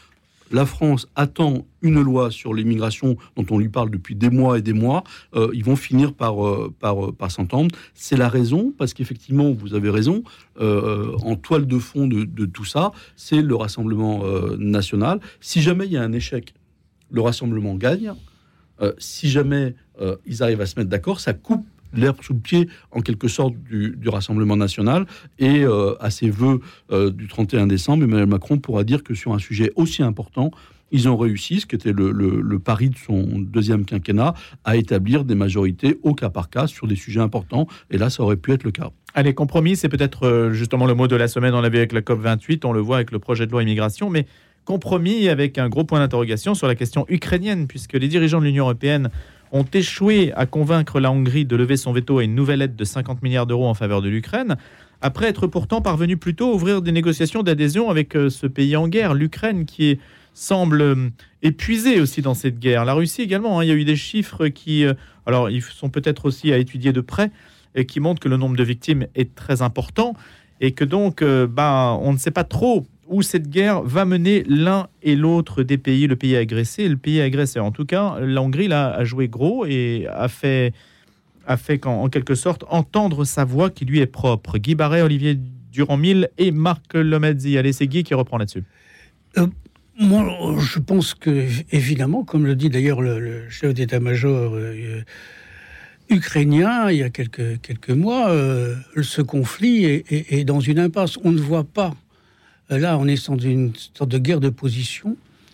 La France attend une loi sur l'immigration dont on lui parle depuis des mois et des mois. Ils vont finir par s'entendre. C'est la raison, parce qu'effectivement, vous avez raison, en toile de fond de tout ça, c'est le Rassemblement national. Si jamais il y a un échec, le Rassemblement gagne. Si jamais ils arrivent à se mettre d'accord, ça coupe l'herbe sous le pied, en quelque sorte, du Rassemblement national. Et à ses vœux du 31 décembre, Emmanuel Macron pourra dire que sur un sujet aussi important, ils ont réussi, ce qui était le pari de son deuxième quinquennat, à établir des majorités au cas par cas sur des sujets importants. Et là, ça aurait pu être le cas. Allez, compromis, c'est peut-être justement le mot de la semaine. On l'a vu avec la COP28, on le voit avec le projet de loi immigration, mais compromis avec un gros point d'interrogation sur la question ukrainienne, puisque les dirigeants de l'Union européenne ont échoué à convaincre la Hongrie de lever son veto à une nouvelle aide de 50 milliards d'euros en faveur de l'Ukraine, après être pourtant parvenu plutôt à ouvrir des négociations d'adhésion avec ce pays en guerre, l'Ukraine, qui semble épuisé aussi dans cette guerre. La Russie également, il y a eu des chiffres qui, alors ils sont peut-être aussi à étudier de près, et qui montrent que le nombre de victimes est très important, et que donc on ne sait pas trop où cette guerre va mener l'un et l'autre des pays, le pays agressé et le pays agresseur. En tout cas, la Hongrie là, a joué gros et a fait en quelque sorte entendre sa voix qui lui est propre. Guy Barret, Olivier Durand-Mille et Marc Lomazzi. Allez, c'est Guy qui reprend là-dessus. Moi, je pense que, évidemment, comme le dit d'ailleurs le chef d'état-major ukrainien, il y a quelques mois, ce conflit est dans une impasse. On ne voit pas. Là, on est dans une sorte de guerre de position.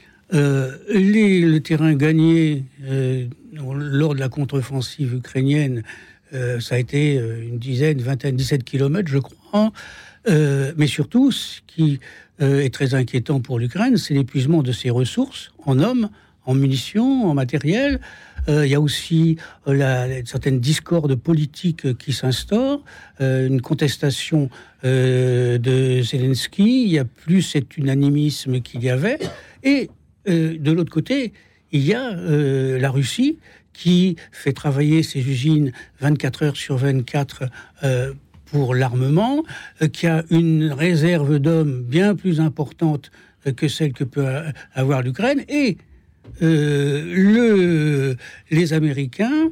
Le terrain gagné lors de la contre-offensive ukrainienne, ça a été une dizaine, vingtaine, 17 kilomètres, je crois. Mais surtout, ce qui est très inquiétant pour l'Ukraine, c'est l'épuisement de ses ressources en hommes, en munitions, en matériel. Il y a aussi une certaine discorde politique qui s'instaure, une contestation de Zelensky. Il n'y a plus cet unanimisme qu'il y avait. Et de l'autre côté, il y a la Russie qui fait travailler ses usines 24 heures sur 24 pour l'armement, qui a une réserve d'hommes bien plus importante que celle que peut avoir l'Ukraine. Et les Américains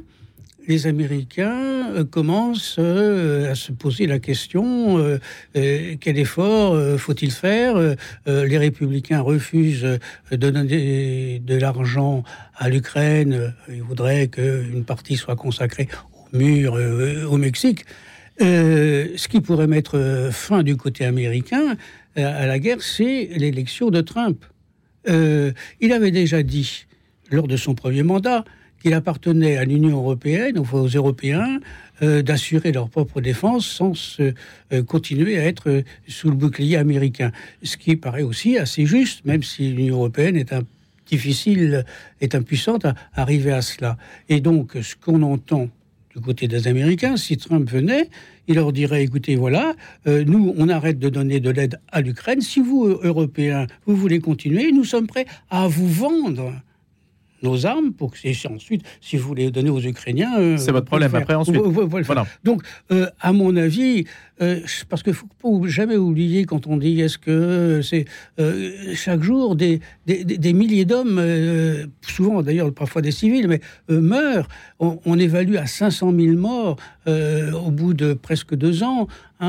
commencent à se poser la question quel effort faut-il faire. Les républicains refusent de donner de l'argent à l'Ukraine. Ils voudraient qu'une partie soit consacrée au mur au Mexique. Ce qui pourrait mettre fin du côté américain à la guerre, c'est l'élection de Trump. Il avait déjà dit, lors de son premier mandat, qu'il appartenait à l'Union européenne, enfin aux Européens, d'assurer leur propre défense sans continuer à être sous le bouclier américain. Ce qui paraît aussi assez juste, même si l'Union européenne est impuissante à arriver à cela. Et donc, ce qu'on entend du côté des Américains, si Trump venait, il leur dirait, écoutez, voilà, nous, on arrête de donner de l'aide à l'Ukraine. Si vous, Européens, vous voulez continuer, nous sommes prêts à vous vendre nos armes pour que c'est ensuite, si vous voulez donner aux Ukrainiens... c'est votre problème, après, ensuite. Voilà. Donc, à mon avis, parce qu'il ne faut pas jamais oublier quand on dit est-ce que c'est chaque jour des milliers d'hommes, souvent d'ailleurs parfois des civils, mais meurent. On évalue à 500 000 morts au bout de presque 2 ans.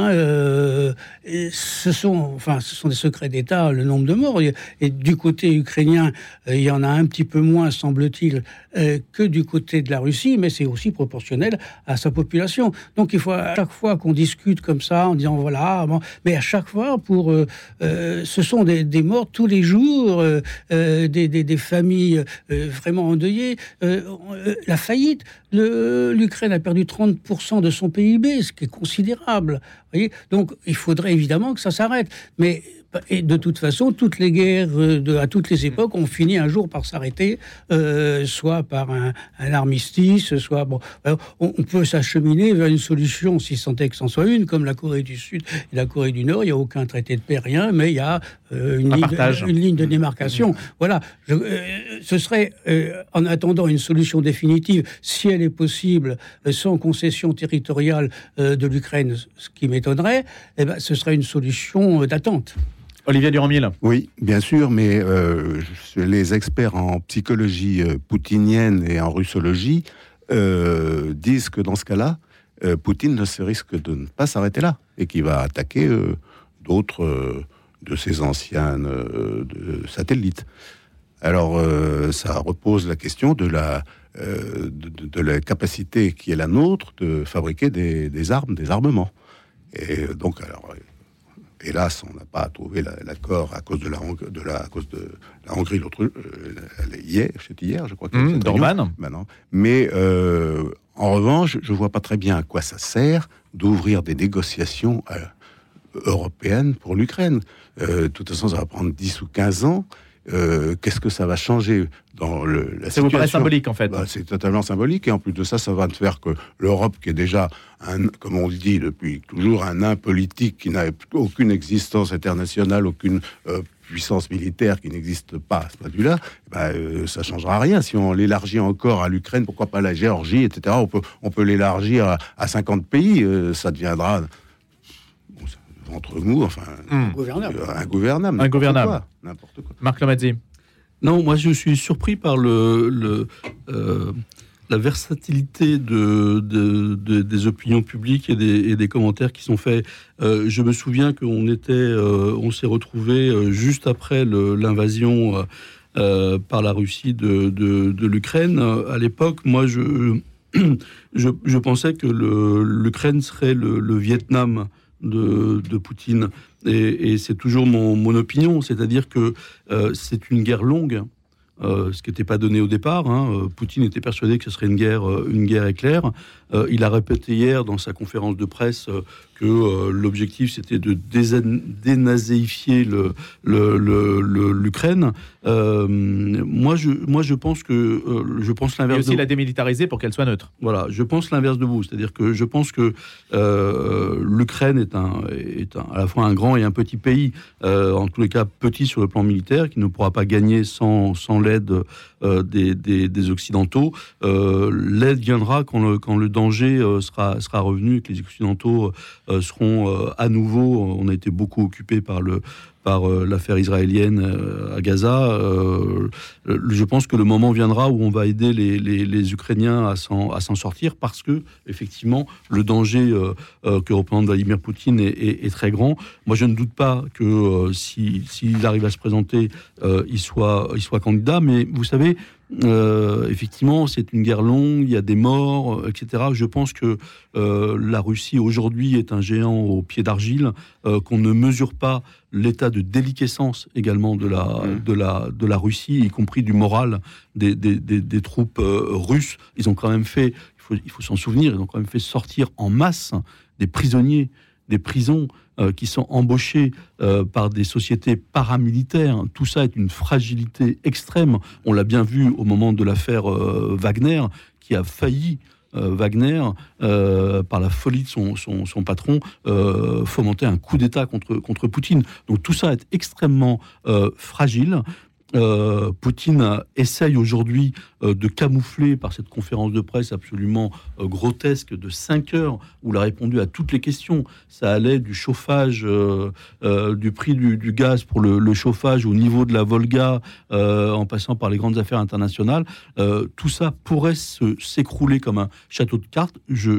Ce sont des secrets d'État, le nombre de morts. Et du côté ukrainien, il y en a un petit peu moins, semble-t-il, que du côté de la Russie, mais c'est aussi proportionnel à sa population. Donc il faut à chaque fois qu'on discute comme ça, en disant voilà, bon, mais à chaque fois, ce sont des morts tous les jours, des familles vraiment endeuillées. La faillite, l'Ukraine a perdu 30% de son PIB, ce qui est considérable. Vous voyez, donc il faudrait évidemment que ça s'arrête. Mais et de toute façon, toutes les guerres à toutes les époques ont fini un jour par s'arrêter, soit par un armistice, soit... Bon, on peut s'acheminer vers une solution, si tant est que c'en soit une, comme la Corée du Sud et la Corée du Nord. Il n'y a aucun traité de paix, rien, mais il y a une ligne de démarcation. Voilà. Ce serait, en attendant une solution définitive, si elle est possible, sans concession territoriale de l'Ukraine, ce qui m'étonnerait, ce serait une solution d'attente. Olivier Durand-Miel. Oui, bien sûr, mais les experts en psychologie poutinienne et en russologie disent que dans ce cas-là, Poutine ne se risque de ne pas s'arrêter là et qu'il va attaquer d'autres de ses anciens satellites. Alors, ça repose la question de la capacité qui est la nôtre de fabriquer des armes, des armements. Et donc, alors, hélas, on n'a pas trouvé l'accord à cause de la Hongrie c'était hier, je crois. Dorman. Mais en revanche, je vois pas très bien à quoi ça sert d'ouvrir des négociations européennes pour l'Ukraine. De toute façon, ça va prendre 10 ou 15 ans. Qu'est-ce que ça va changer dans la situation ? Ça vous paraît symbolique, en fait. C'est totalement symbolique, et en plus de ça, ça va faire que l'Europe, qui est déjà, comme on le dit depuis toujours, un nain politique qui n'a aucune existence internationale, aucune puissance militaire qui n'existe pas à ce point de vue-là, ça changera rien. Si on l'élargit encore à l'Ukraine, pourquoi pas la Géorgie, etc. On peut l'élargir à 50 pays, ça deviendra... entre nous, enfin, ingouvernable. N'importe quoi. Marc Lomazzi. Non, moi je suis surpris par la versatilité des opinions publiques et des commentaires qui sont faits. Je me souviens on s'est retrouvés juste après l'invasion par la Russie de l'Ukraine. À l'époque, moi je pensais que l'Ukraine serait le Vietnam de Poutine, et c'est toujours mon opinion, c'est-à-dire que c'est une guerre longue, ce qui n'était pas donné au départ. Poutine était persuadé que ce serait une guerre éclair. Il a répété hier dans sa conférence de presse que l'objectif c'était de dénazéifier l'Ukraine. Moi je pense l'inverse. Et aussi la démilitariser pour qu'elle soit neutre. Voilà, je pense l'inverse de vous, c'est-à-dire que je pense que l'Ukraine est à la fois un grand et un petit pays, en tous les cas petit sur le plan militaire, qui ne pourra pas gagner sans l'aide des Occidentaux. L'aide viendra quand le danger sera revenu et que les Occidentaux seront à nouveau... On a été beaucoup occupés par l'affaire israélienne à Gaza. Je pense que le moment viendra où on va aider les Ukrainiens à s'en sortir, parce que effectivement le danger que représente Vladimir Poutine est très grand. Moi, je ne doute pas que s'il arrive à se présenter, il soit candidat. Mais vous savez, effectivement, c'est une guerre longue, il y a des morts, etc. Je pense que la Russie aujourd'hui est un géant au pied d'argile, qu'on ne mesure pas l'état de déliquescence également de la Russie, y compris du moral des troupes russes. Ils ont quand même fait, il faut s'en souvenir, ils ont quand même fait sortir en masse des prisonniers des prisons qui sont embauchés par des sociétés paramilitaires. Tout ça est une fragilité extrême. On l'a bien vu au moment de l'affaire Wagner, qui a failli, Wagner, par la folie de son patron, fomenter un coup d'État contre Poutine. Donc tout ça est extrêmement fragile. Poutine essaye aujourd'hui de camoufler par cette conférence de presse absolument grotesque de 5 heures, où il a répondu à toutes les questions. Ça allait du chauffage, du prix du gaz pour le chauffage au niveau de la Volga, en passant par les grandes affaires internationales. Tout ça pourrait s'écrouler comme un château de cartes.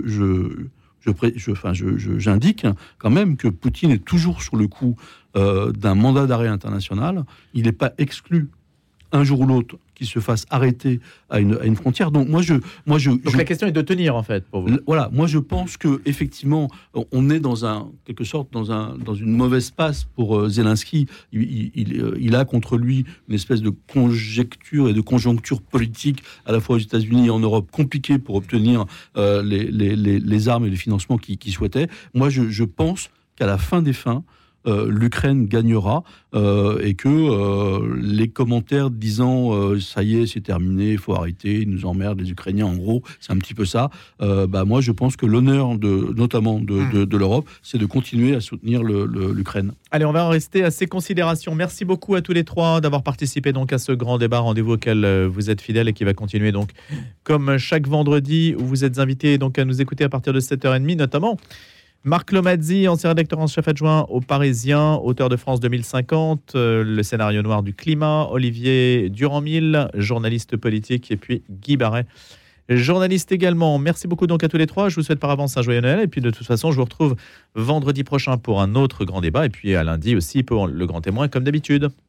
J'indique quand même que Poutine est toujours sur le coup d'un mandat d'arrêt international. Il n'est pas exclu un jour ou l'autre qu'il se fasse arrêter à une frontière. Donc donc la question est de tenir, en fait, pour vous. Voilà, moi je pense que effectivement on est quelque sorte dans une mauvaise passe pour Zelensky. Il a contre lui une espèce de conjecture et de conjoncture politique à la fois aux États-Unis et en Europe compliquée pour obtenir les armes et les financements qu'il souhaitait. Moi je pense qu'à la fin des fins, l'Ukraine gagnera et que les commentaires disant ça y est, c'est terminé, il faut arrêter, ils nous emmerdent les Ukrainiens, en gros, c'est un petit peu ça. Moi, je pense que l'honneur notamment de l'Europe, c'est de continuer à soutenir l'Ukraine. Allez, on va en rester à ces considérations. Merci beaucoup à tous les trois d'avoir participé donc à ce grand débat, rendez-vous auquel vous êtes fidèles et qui va continuer donc comme chaque vendredi, où vous êtes invités donc à nous écouter à partir de 7h30 notamment. Marc Lomazzi, ancien rédacteur en chef adjoint au Parisien, auteur de France 2050, le scénario noir du climat, Olivier Durand-Mille, journaliste politique, et puis Guy Barret, journaliste également. Merci beaucoup donc à tous les trois. Je vous souhaite par avance un joyeux Noël. Et puis de toute façon, je vous retrouve vendredi prochain pour un autre grand débat. Et puis à lundi aussi pour le grand témoin comme d'habitude.